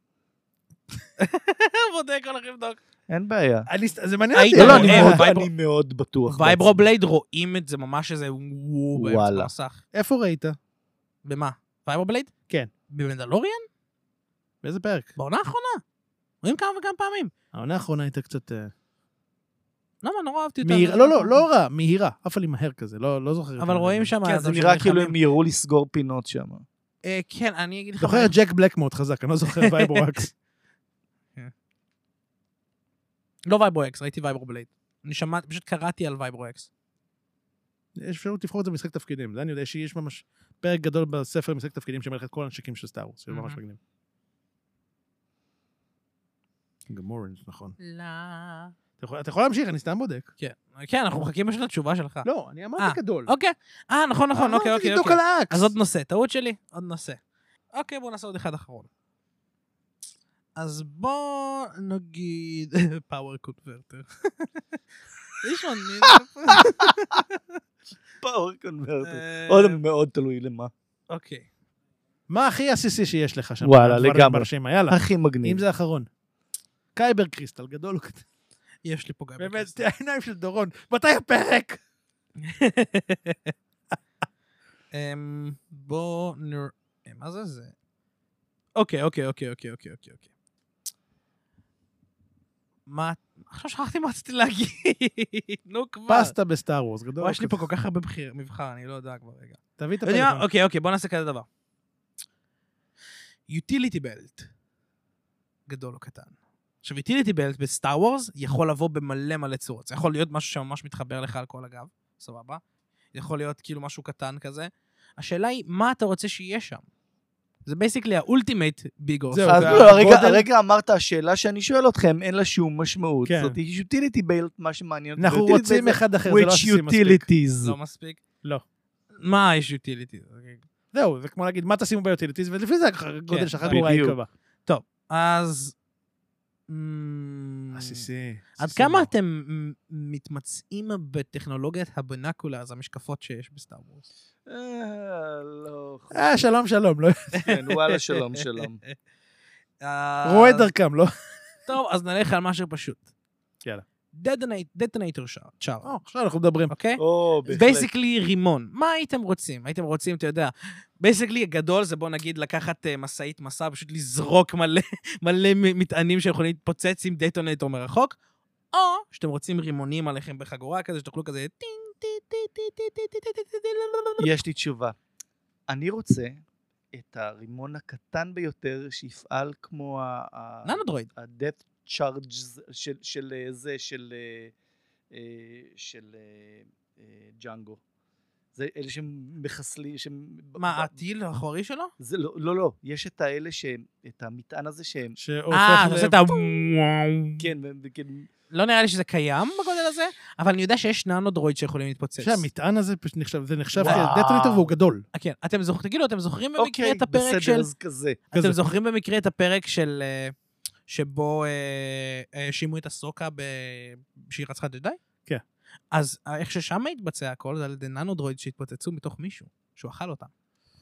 בודק, הולך לבדוק. אין בעיה. זה מעניין אותי. לא, לא, אני מאוד בטוח. וייברו בלייד רואים את זה ממש איזה וואו וואלה. מסך. איפה ראית? במה? וייברו בלייד? כן. במנדלוריאן? באיזה פרק? בעונה האחרונה. רואים כמה וכמה פעמים. העונה האחרונה הייתה קצת... למה? נורא אהבתי אותה. לא, לא, לא רע, מהירה. אף עלי מהר כזה, לא זוכר. אבל רואים שם... כן, זה נראה כאילו הם יראו לסגור פינות שם. כן, אני אגיד לך... זוכר את ג'ק בלק מאוד חזק, אני לא זוכר וייברו אקס. לא וייברו אקס, ראיתי וייברו בלייד. אני שמעתי, פשוט קראתי על וייברו אקס. יש אפשרות לבחור את זה במשחק תפקידים. זה אני יודע שיש ממש פרק גדול בספר משחק תפקידים שמלך את כל הנשקים של סטאר וורס, שזה ממש מגניב. גמורנס, נכון. לא. אתה יכול להמשיך, אני סתם בודק. כן, כן, אנחנו מחכים פשוט לתשובה שלך. לא, אני אמרתי גדול. אוקיי. אה, נכון, נכון, אוקיי, אוקיי. תבדוק על האקס. אז עוד נושא, טעות שלי, עוד נושא. אוקיי, בואו נעשה עוד אחד אחרון. אז בוא נגיד... פאוור קונברטר. יש עוד מי... פאוור קונברטר. עוד מאוד תלוי למה. אוקיי. מה הכי עסיסי שיש לך שם? וואלה, לגמרי. יאללה. הכי מגניב. אם זה האחרון. קייבר קריסטל, גדול או קטן. יש לי פה גם... באמת, שתי העיניים של דורון. מתי הפרק? בוא נראה... מה זה זה? אוקיי, אוקיי, אוקיי, אוקיי, אוקיי, אוקיי. מה... עכשיו שכחתי מה רציתי להגיד. נו כבר. פסטה בסטאר וורס, גדול. או יש לי פה כל כך הרבה מבחר, אני לא יודע כבר רגע. תביא את הפלאפון. אוקיי, אוקיי, בוא נעשה כזה דבר. יוטיליטי בלט. גדול או קטן. עכשיו, יוטיליטי בלט בסטאר וורס יכול לבוא במלא מלא צורות. זה יכול להיות משהו שממש מתחבר לך על כל הגב. סבבה. זה יכול להיות כאילו משהו קטן כזה. השאלה היא, מה אתה רוצה שיהיה שם? זה basically האולטימייט ביגור. זהו, הרגע אמרת, השאלה שאני שואל אתכם, אין לה שום משמעות. זאת יוטיליטי בלט, מה שמעניין אותי. אנחנו רוצים אחד אחר, זה לא עושים מספיק. לא מספיק? לא. מה יש יוטיליטי? זהו, זה כמו להגיד, מה תשימו ביוטיליטיז, ולפי זה גודל שחק הוא ראי קבע. טוב, אז... עסיסי. עד כמה אתם מתמצאים בטכנולוגיית הבנקולה, אז המשקפות שיש בסטאר וורס? לא. אה, שלום, שלום. כן, וואלה, שלום, שלום. רואה דרכם, לא? טוב, אז נלך על משהו פשוט. יאללה. דטונטור צ'אר. עכשיו אנחנו מדברים. אוקיי? או, בהחלט. בייסיקלי רימון. מה הייתם רוצים? הייתם רוצים, אתה יודע, בייסיקלי הגדול זה בוא נגיד לקחת מסעית מסע, פשוט לזרוק מלא מטענים שיכולים להתפוצץ עם דטונטור מרחוק, או שאתם רוצים רימונים עליכם בחגורה כזה, שתוכלו כזה טינג, יש לי תשובה. אני רוצה את הרימון הקטן ביותר שיפעל כמו ננודרויד. הדאט צ'ארג' של זה, של של ג'אנגו. זה אלה שמחסלים, שהם... מה, הטיל האחורי שלו? זה לא, לא, לא. יש את האלה ש... את המטען הזה שהם... אה, אתה עושה את ה... כן, וכן... לא נראה לי שזה קיים בגודל הזה, אבל אני יודע שיש ננו-דרויד שיכולים להתפוצץ. שהמטען הזה נחשב, זה נחשב כדטונטור והוא גדול. כן, אתם זוכרים, תגידו, אתם זוכרים במקרה אוקיי, את הפרק בסדר, של... אז כזה. אתם זוכרים במקרה את הפרק של... שבו שימו את הסוקה שהיא רצחה ג'די? כן. אז איך ששם התבצע הכל, זה על ידי ננו-דרויד שהתפוצצו מתוך מישהו, שהוא אכל אותם.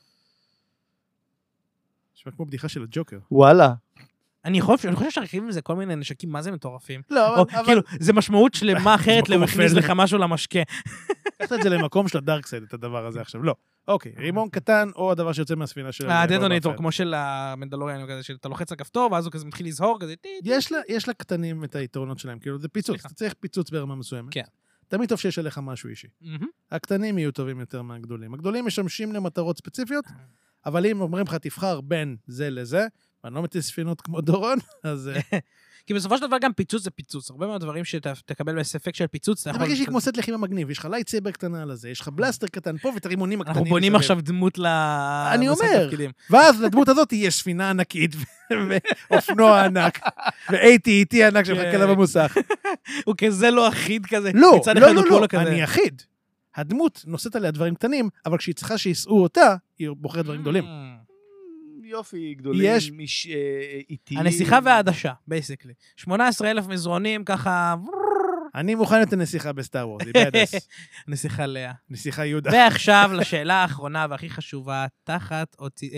נשמע כמו בדיחה של הג'וקר. וואלה. אני חושב, אני חושב שהרכיבים לזה כל מיני נשקים, מה זה מטורפים? לא, או, אבל... כאילו, זה משמעות שלמה אחרת מקום למכניס אפל. לך משהו למשקה. לקחת את זה למקום של הדארקסייד, את הדבר הזה עכשיו. לא. אוקיי, רימון קטן, או הדבר שיוצא מהספינה של... הדטונטור, כמו של המנדלוריאן, כזה, שאתה לוחץ על כפתור, ואז הוא כזה מתחיל לזהור, כזה... יש לה, יש לה קטנים את היתרונות שלהם, כאילו זה פיצוץ, אתה צריך פיצוץ ברמה מסוימת. כן. תמיד טוב שיש עליך משהו אישי. הקטנים יהיו טובים יותר מהגדולים. הגדולים משמשים למטרות ספציפיות, אבל אם אומרים לך תבחר בין זה לזה, ואני לא מטיס ספינות כמו דורון, אז... כי בסופו של דבר גם פיצוץ זה פיצוץ. הרבה מהדברים שתקבל באפקט של פיצוץ, אתה אתה יכול... מרגיש לי כמו סט לחימה מגניב, יש לך לייטסייבר קטנה על הזה, יש לך בלסטר קטן פה ואת הרימונים הקטנים. אנחנו בונים עכשיו דמות ל... אני אומר, ואז לדמות הזאת יש ספינה ענקית, ואופנוע ענק, ו-איי טי טי ענק שמחכה במוסך. הוא כזה לא אחיד כזה. לא, לא, לא, לא, אני אחיד. הדמות נושאת עליה דברים קטנים, אבל כשהיא צריכה שיסעו אותה, היא בוחרת דברים גדולים. יופי, גדולים, יש... מש... איטיים. הנסיכה והעדשה, בייסיקלי. שמונה עשרה אלף מזרונים, ככה... אני מוכן את הנסיכה בסטאר וורס, היא בדס. נסיכה לאה. נסיכה יהודה. ועכשיו לשאלה האחרונה והכי חשובה, תחת אותי...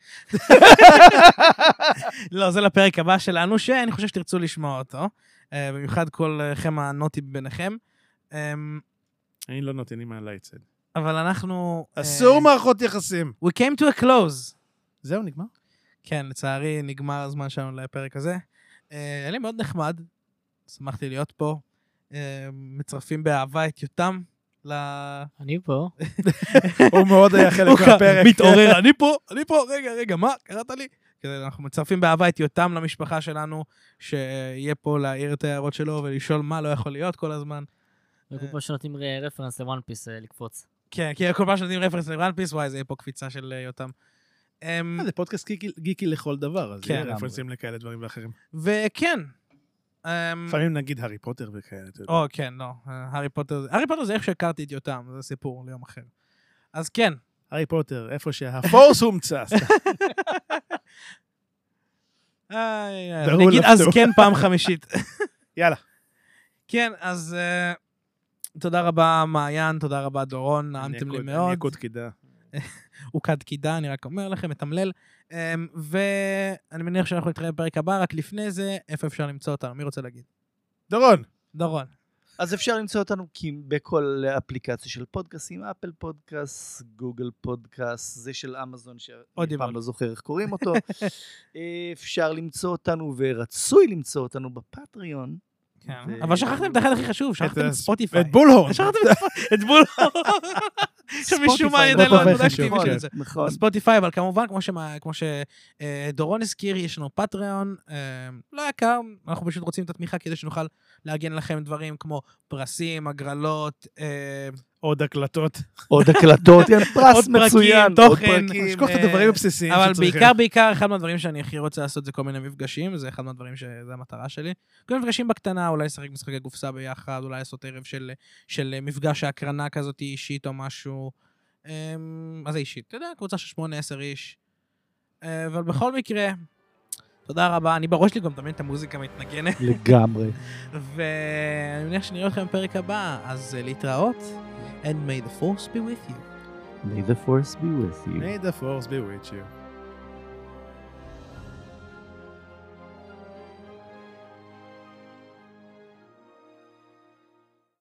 לא, זה לפרק הבא שלנו, שאני חושב שתרצו לשמוע אותו. במיוחד כולכם הנוטי ביניכם. אני לא נוטי, אני מהלייטסד. אבל אנחנו... אסור מערכות יחסים. We came to a close. זהו, נגמר? כן, לצערי נגמר הזמן שלנו לפרק הזה. היה לי מאוד נחמד, שמחתי להיות פה. מצרפים באהבה את יותם. אני פה. הוא מאוד היה חלק מהפרק. מתעורר, אני פה, אני פה, רגע, רגע, מה? קראת לי? אנחנו מצרפים באהבה את יותם למשפחה שלנו, שיהיה פה להעיר את ההערות שלו ולשאול מה לא יכול להיות כל הזמן. וכל פעם שנותנים רפרנס לוואן פיס לקפוץ. כן, כי כל פעם שנותנים רפרנס לוואן פיס, וואי, זה יהיה פה קפיצה של יותם. זה פודקאסט גיקי לכל דבר, אז כן, רפרנסים לכאלה דברים ואחרים. וכן. לפעמים נגיד הארי פוטר וכאלה. או, כן, לא. הארי פוטר, הארי פוטר זה איך שהכרתי את יותם, זה סיפור ליום אחר. אז כן. הארי פוטר, איפה שהפורס הומצא. נגיד אז כן פעם חמישית. יאללה. כן, אז תודה רבה מעיין, תודה רבה דורון, נעמתם לי מאוד. אני אקוד קידה. הוא קד קידה, אני רק אומר לכם, מתמלל. ואני מניח שאנחנו נתראה בפרק הבא, רק לפני זה, איפה אפשר למצוא אותנו? מי רוצה להגיד? דורון. דורון. אז אפשר למצוא אותנו בכל אפליקציה של פודקאסים, אפל פודקאסט, גוגל פודקאסט, זה של אמזון, שאני פעם לא זוכר איך קוראים אותו. אפשר למצוא אותנו, ורצוי למצוא אותנו בפטריון. אבל שכחתם את האחד הכי חשוב, שכחתם את ספוטיפיי. את בולהורן. שכחתם את בולהורן. שמשום מה ידע לא אקטיבי של זה. ספוטיפיי, אבל כמובן, כמו שדורון הזכיר, יש לנו פטריון, לא יקר, אנחנו פשוט רוצים את התמיכה כדי שנוכל להגן לכם דברים כמו פרסים, הגרלות, עוד הקלטות. עוד הקלטות, פרס מצוין. תוכן. שכוח את הדברים הבסיסיים אבל בעיקר, בעיקר, אחד מהדברים שאני הכי רוצה לעשות זה כל מיני מפגשים, זה אחד מהדברים שזה המטרה שלי. כל מיני מפגשים בקטנה, אולי לשחק משחקי גופסה ביחד, אולי לעשות ערב של מפגש ההקרנה כזאת אישית או משהו. אז זה אישית, אתה יודע, קבוצה של שמונה, עשר איש. אבל בכל מקרה, תודה רבה, אני בראש לי גם תמיד את המוזיקה מתנגנת. לגמרי. ואני מניח שנראה אתכם בפרק הבא, אז להתראות. And may the force be with you. May the force be with you. May the force be with you.